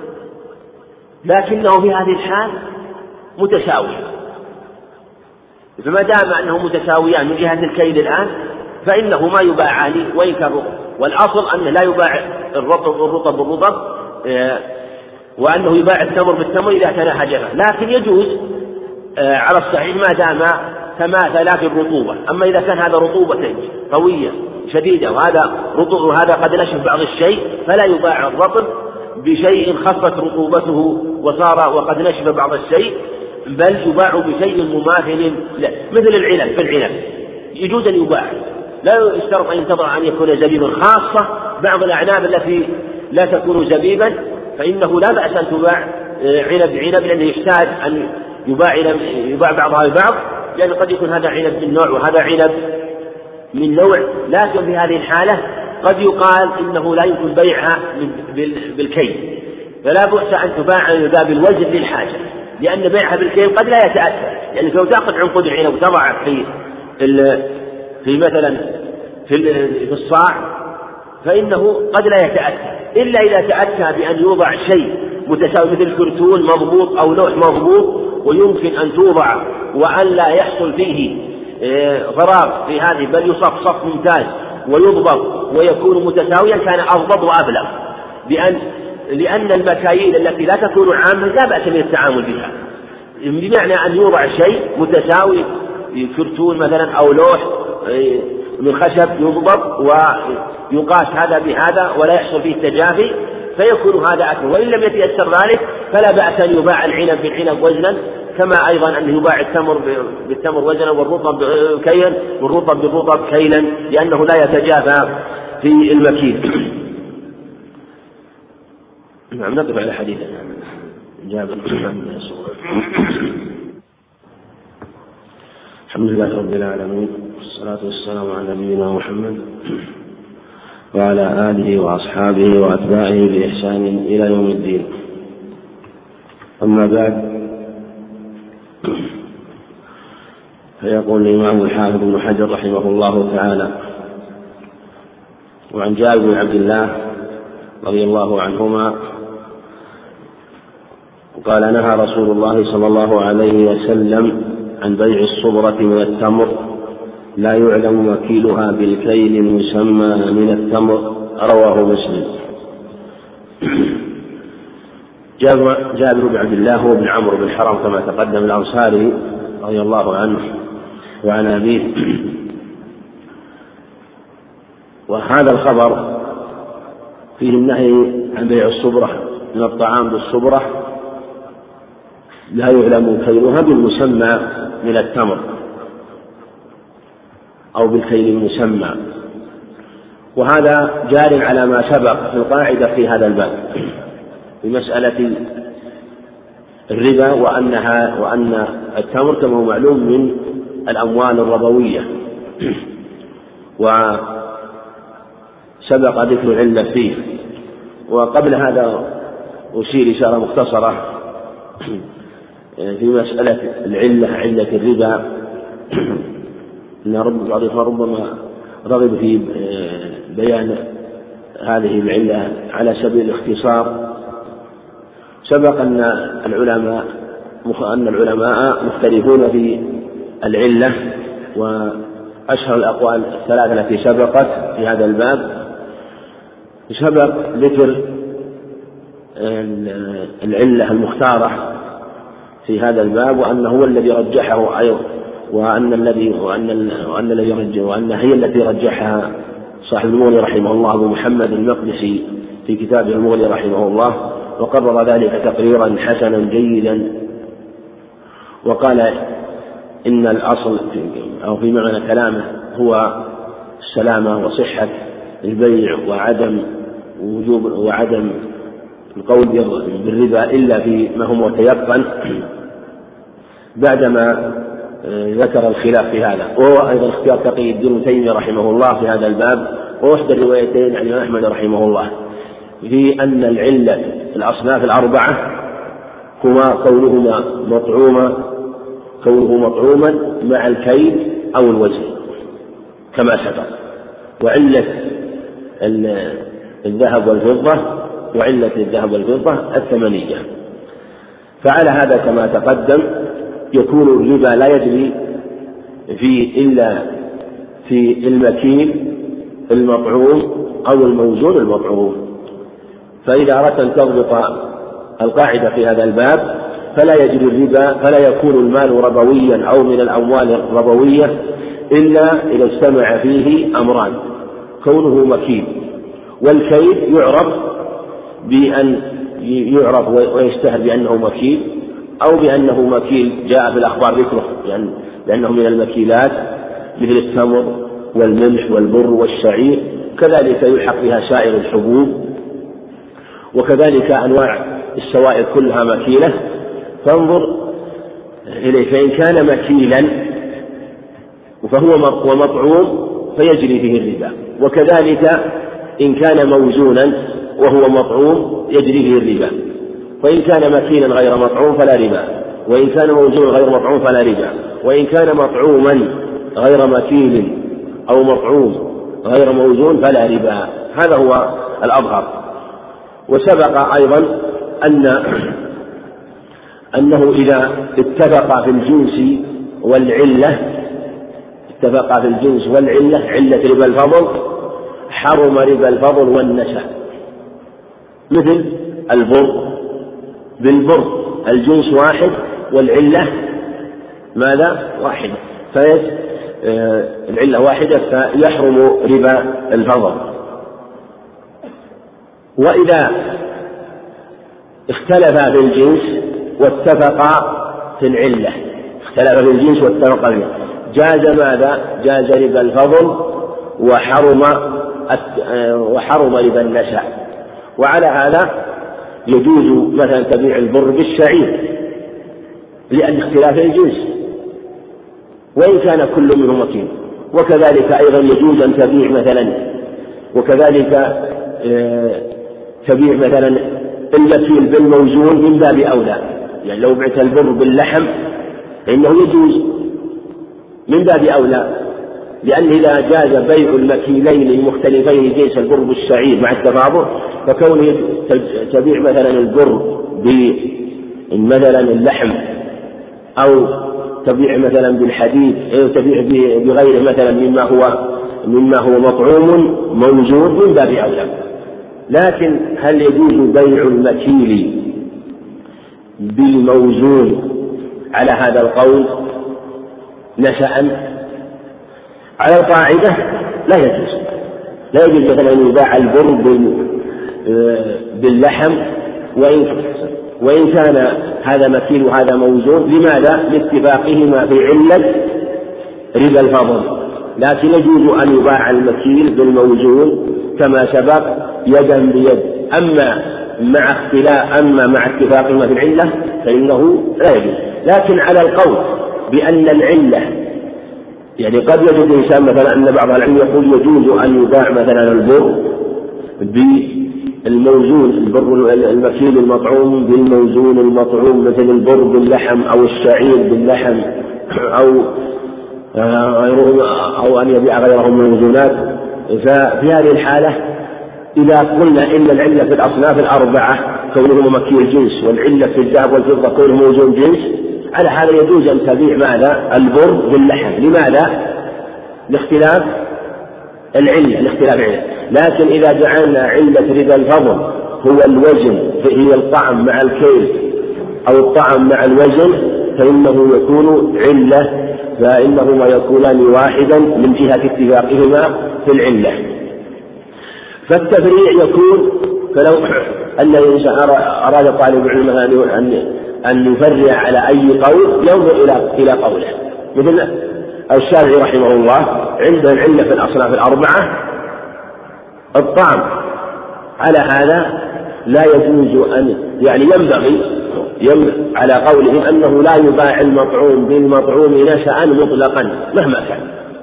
لكنه في هذه الحال متساوي. فما دام أنه متساويان من جهة الكيل الآن فإنهما يباعان وإن كان رطب، والأصل أنه لا يباع الرطب الرطب بالرطب، وأنه يباع التمر بالتمر إذا كان حجرا. لكن يجوز على الصحيح ما دام تماثلا في الرطوبة. أما إذا كان هذا رطوبة قوية شديدة وهذا رطب وهذا قد نشف بعض الشيء فلا يباع الرطب بشيء خفت رطوبته وصار وقد نشف بعض الشيء، بل يباع بشيء مماثل له، مثل العنب في العنب يجوز أن يباع، لا يشترط أن ينتظر أن يكون زبيبا، خاصة بعض الأعناب التي لا تكون زبيبا فإنه لا بأس أن تباع عنب عنب، لأنه يحتاج أن يباع يباع بعضها ببعض، لأن قد يكون هذا عنب من نوع وهذا عنب من نوع. لكن في هذه الحالة قد يقال إنه لا يمكن بيعها بالكيل، فلا بأس أن تباع بالوزن للحاجة، لأن بيعها بالكيل قد لا يتأثر، يعني لو تأخذ عنقود العنب وتضعه في في مثلا في في الصاع فإنه قد لا يتأتى، إلا إذا تأتى بأن يوضع شيء متساوي مثل كرتون مضبوط أو لوح مضبوط ويمكن أن توضع وأن لا يحصل فيه فراغ في هذه، بل يصف صف ممتاز ويضبط ويكون متساويا كان أضبط وأبلغ، لأن لأن المكاييل التي لا تكون عامة لا بأس من التعامل بها، بمعنى أن يوضع شيء متساوي كرتون مثلا أو لوح من خشب يضبط ويقاس هذا بهذا ولا يحصل فيه التجافي فيكون هذا أكثر. وإن لم يتيسر ذلك فلا بأس أن يباع العنب بالعنب وزنا، كما أيضا أن يباع التمر بالتمر وزنا والرطب كيلا والرطب بالرطب كيلا، لأنه لا يتجافى في المكيل. نعم، نقف على حديث جابر بن الحمد لله رب العالمين، والصلاة والسلام على نبينا محمد وعلى آله وأصحابه وأتباعه بإحسان إلى يوم الدين. أما بعد، فيقول الإمام الحافظ ابن حجر رحمه الله تعالى: وعن جابر بن عبد الله رضي الله عنهما قال: نهى رسول الله صلى الله عليه وسلم عن بيع الصبرة من التمر لا يعلم وكيلها بالكيل المسمى من التمر، رواه مسلم. جابر بن عبد الله هو بن عمرو بن حرام كما تقدم الأنصاري رضي الله عنه وعن أبيه. وهذا الخبر فيه النهي عن بيع الصبرة من الطعام بالصبرة لا يعلم كيلها بالمسمى من التمر أو بالكيل المسمى، وهذا جار على ما سبق في القاعدة في هذا الباب في مسألة الربا، وأنها وأن التمر كما هو معلوم من الأموال الربوية، وسبق ذكر العلة فيه. وقبل هذا أشير إشارة مختصرة في مسألة العلة علة الربا، أن ربما رغب في بيان هذه العلة على سبيل الاختصار. سبق أن العلماء أن العلماء مختلفون في العلة، وأشهر الأقوال الثلاثة التي سبقت في هذا الباب سبق ذكر العلة المختارة في هذا الباب، وأنه هو الذي رجحه وأن الذي وأن وأن الذي رجح وأن هي التي رجحها صاحب المغني رحمه الله أبو محمد المقدسي في كتابه المغني رحمه الله، وقرر ذلك تقريرا حسنا جيدا، وقال إن الأصل أو في معنى كلامه هو السلامة وصحة البيع وعدم وجوب وعدم القول بالربا إلا فيما هو متيقن، بعدما ذكر الخلاف في هذا. وهو أيضا اختيار تقي الدين ابن تيمية رحمه الله في هذا الباب، وإحدى الروايتين عن أحمد رحمه الله في أن العلة في الأصناف الأربعة هما كونهما مطعوما كونه مطعوما مع الكيل أو الوزن كما سبق، وعلة الذهب والفضة وعلة الذهب والفضة الثمنية. فعلى هذا كما تقدم يكون الربا لا يجري في إلا في المكيل المطعوم أو الموزون المطعوم. فإذا أردت أن تضبط القاعدة في هذا الباب فلا يجري الربا فلا يكون المال ربويا أو من الأموال الربوية إلا إذا اجتمع فيه أمران: كونه مكيل، والكيل يعرف بأن يعرف ويشتهر بأنه مكيل أو بأنه مكيل جاء في الأخبار ذكره يعني لأنه من المكيلات مثل التمر والملح والبر والشعير، كذلك يلحق بها سائر الحبوب، وكذلك أنواع السوائل كلها مكيلة. فانظر إليه، فإن كان مكيلا فهو مطعوم فيجري فيه الربا، وكذلك إن كان موزونا وهو مطعوم يجري فيه الربا. وإن كان مكيلا غير مطعوم فلا ربا، وإن كان موزونا غير مطعوم فلا ربا، وإن كان مطعوما غير مكيل أو مطعوم غير موزون فلا ربا. هذا هو الأظهر. وسبق أيضا أن أنه إذا اتفق في الجنس والعلة اتفق في الجنس والعلة علة ربا الفضل حرم ربا الفضل والنسى، مثل البر بالبر الجنس واحد والعلة ماذا واحدة، فالعلة واحدة فيحرم ربا الفضل. وإذا اختلفا في الجنس واتفقا في العلة اختلفا في الجنس واتفقا فيه جاز ماذا؟ جاز ربا الفضل وحرم وحرم ربا النسى. وعلى هذا يجوز مثلا تبيع البر بالشعير لأن اختلاف الجنس وإن كان كل منه مكين، وكذلك أيضا يجوز أن تبيع مثلا وكذلك تبيع مثلا المكيل بالموزون من باب أولى، يعني لو بعت البر باللحم فإنه يجوز من باب أولى، لأن إذا جاز بيع المكيلين المختلفين جنس البر بالشعير مع التفاضل فكونه تبيع مثلا البر بمثلا اللحم أو تبيع مثلا بالحديد أو تبيع بغيره مثلا مما هو مما هو مطعوم موزون من باب أولى. لكن هل يجوز بيع المكيل بالموزون على هذا القول نشأ؟ على القاعدة لا يجوز لا يجوز مثلا أن يباع البر باللحم وإن وإن كان هذا مكيل وهذا موزون. لماذا؟ لاتفاقهما في علة ربا الفضل. لكن يجوز أن يباع المكيل بالموزون كما سبق يدا بيد. أما مع اختلاف أما مع اتفاقهما في العلة فإنه لا يجوز. لكن على القول بأن العلة يعني قد يجوز الإنسان مثلا أن بعض العلم يقول يجوز أن يباع مثلا البر بالموزون البر المكيل المطعوم بالموزون المطعوم مثل البر باللحم أو الشعير باللحم أو أو أن يبيع غيرهم من الموزونات. ففي هذه الحالة إذا قلنا إن العلة في الأصناف الأربعة كونه مكيل جنس والعلة في الذهب والفضة كونه موزون جنس، على هذا يجوز أن تبيع ماذا؟ البر باللحم. لماذا؟ لاختلاف العلة لاختلاف العلة. لكن إذا جعلنا علة ربا الفضل هو الوزن هي الطعم مع الكيل أو الطعم مع الوزن فإنه يكون علة فإنهما يكونان واحدا من جهة اتفاقهما في العلة. فالتفريع يكون فلو أن الإنسان أراد طالب العلم أن يفرع على أي قول ينظر إلى إلى قوله، مثل الشافعي رحمه الله عنده العلة في الأصناف الأربعة الطعم، على هذا لا يجوز أن يعني ينبغي على قولهم أنه لا يباع المطعوم بالمطعوم نسأ مطلقا مهما كان،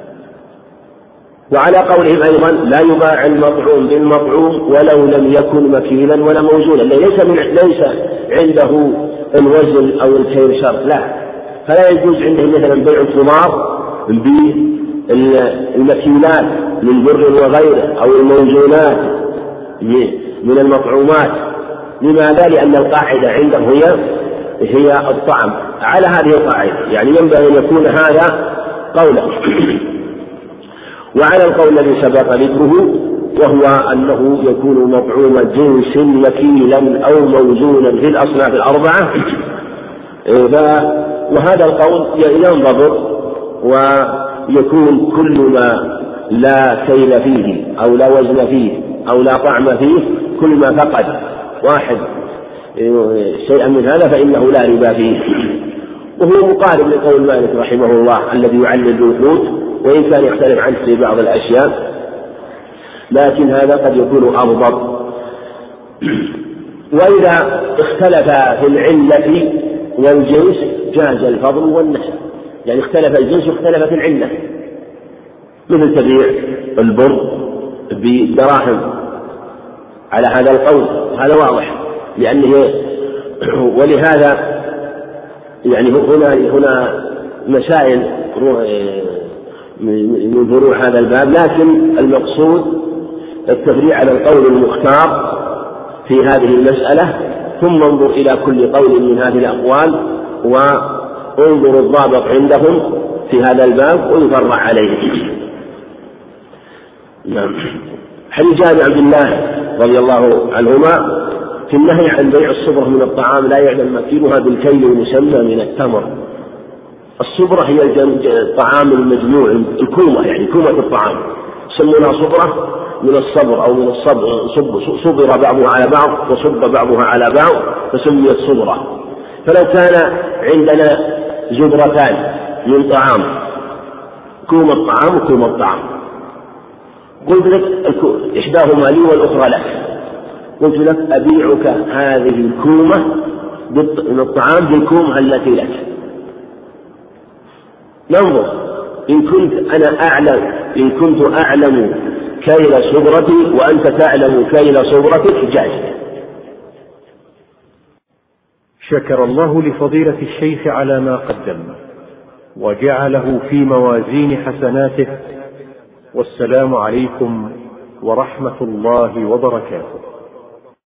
وعلى قولهم أيضا لا يباع المطعوم بالمطعوم ولو لم يكن مكيلا ولا موزونا، ليس من ليس عنده الوزن أو الكيل شرط، لا، فلا يجوز عنده مثلا بيع الثمار بالمكيلات من بر وغيره أو الموزونات من المطعومات. لماذا؟ لأن القاعدة عنده هي هي الطعم، على هذه القاعدة يعني ينبغي أن يكون هذا قولا. وعلى القول الذي سبق ذكره وهو أنه يكون مطعوم جنس مكيلا أو موزونا في الأصناف الأربعة، وهذا القول ينضبط ويكون كل ما لا كيل فيه أو لا وزن فيه أو لا طعم فيه، كل ما فقد واحد شيئا من هذا فإنه لا ربا فيه. وهو مقارب لقول مالك رحمه الله الذي يعلل الوقود، وإن كان يختلف عنه في بعض الأشياء، لكن هذا قد يكون أضبط. وإذا اختلف في العلة والجنس جاز الفضل والنسب، يعني اختلف الجنس واختلفت العلة، مثل تبيع البر بدراهم على هذا القول، هذا واضح لأنه ولهذا يعني هنا هنا مسائل من فروع هذا الباب، لكن المقصود التفريع على القول المختار في هذه المسألة، ثم انظر إلى كل قول من هذه الأقوال وانظر الضابط عندهم في هذا الباب ويفرع عليه. نعم. حديث جابر عبد الله رضي الله عنهما في النهي عن بيع الصبرة من الطعام لا يعلم مكيلها بالكيل المسمى من التمر. الصبرة هي الطعام المجموع، الكومة يعني كومة الطعام، يسمونها صبرة من الصبر أو من الصبر، صبر بعضها على بعض وصب بعضها على بعض فسميت صبرة. فلو كان عندنا زبرتان من طعام، كومة طعام وكومة طعام، قلت لك إحداهما لي والأخرى لك، قلت لك أبيعك هذه الكومة من الطعام بالكومة التي لك. ننظر إن كنت أنا أعلم إن كنت أعلم كيل صبرتي وأنت تعلم كيل صبرتك جاز. شكر الله لفضيلة الشيخ على ما قدم وجعله في موازين حسناته، والسلام عليكم ورحمة الله وبركاته.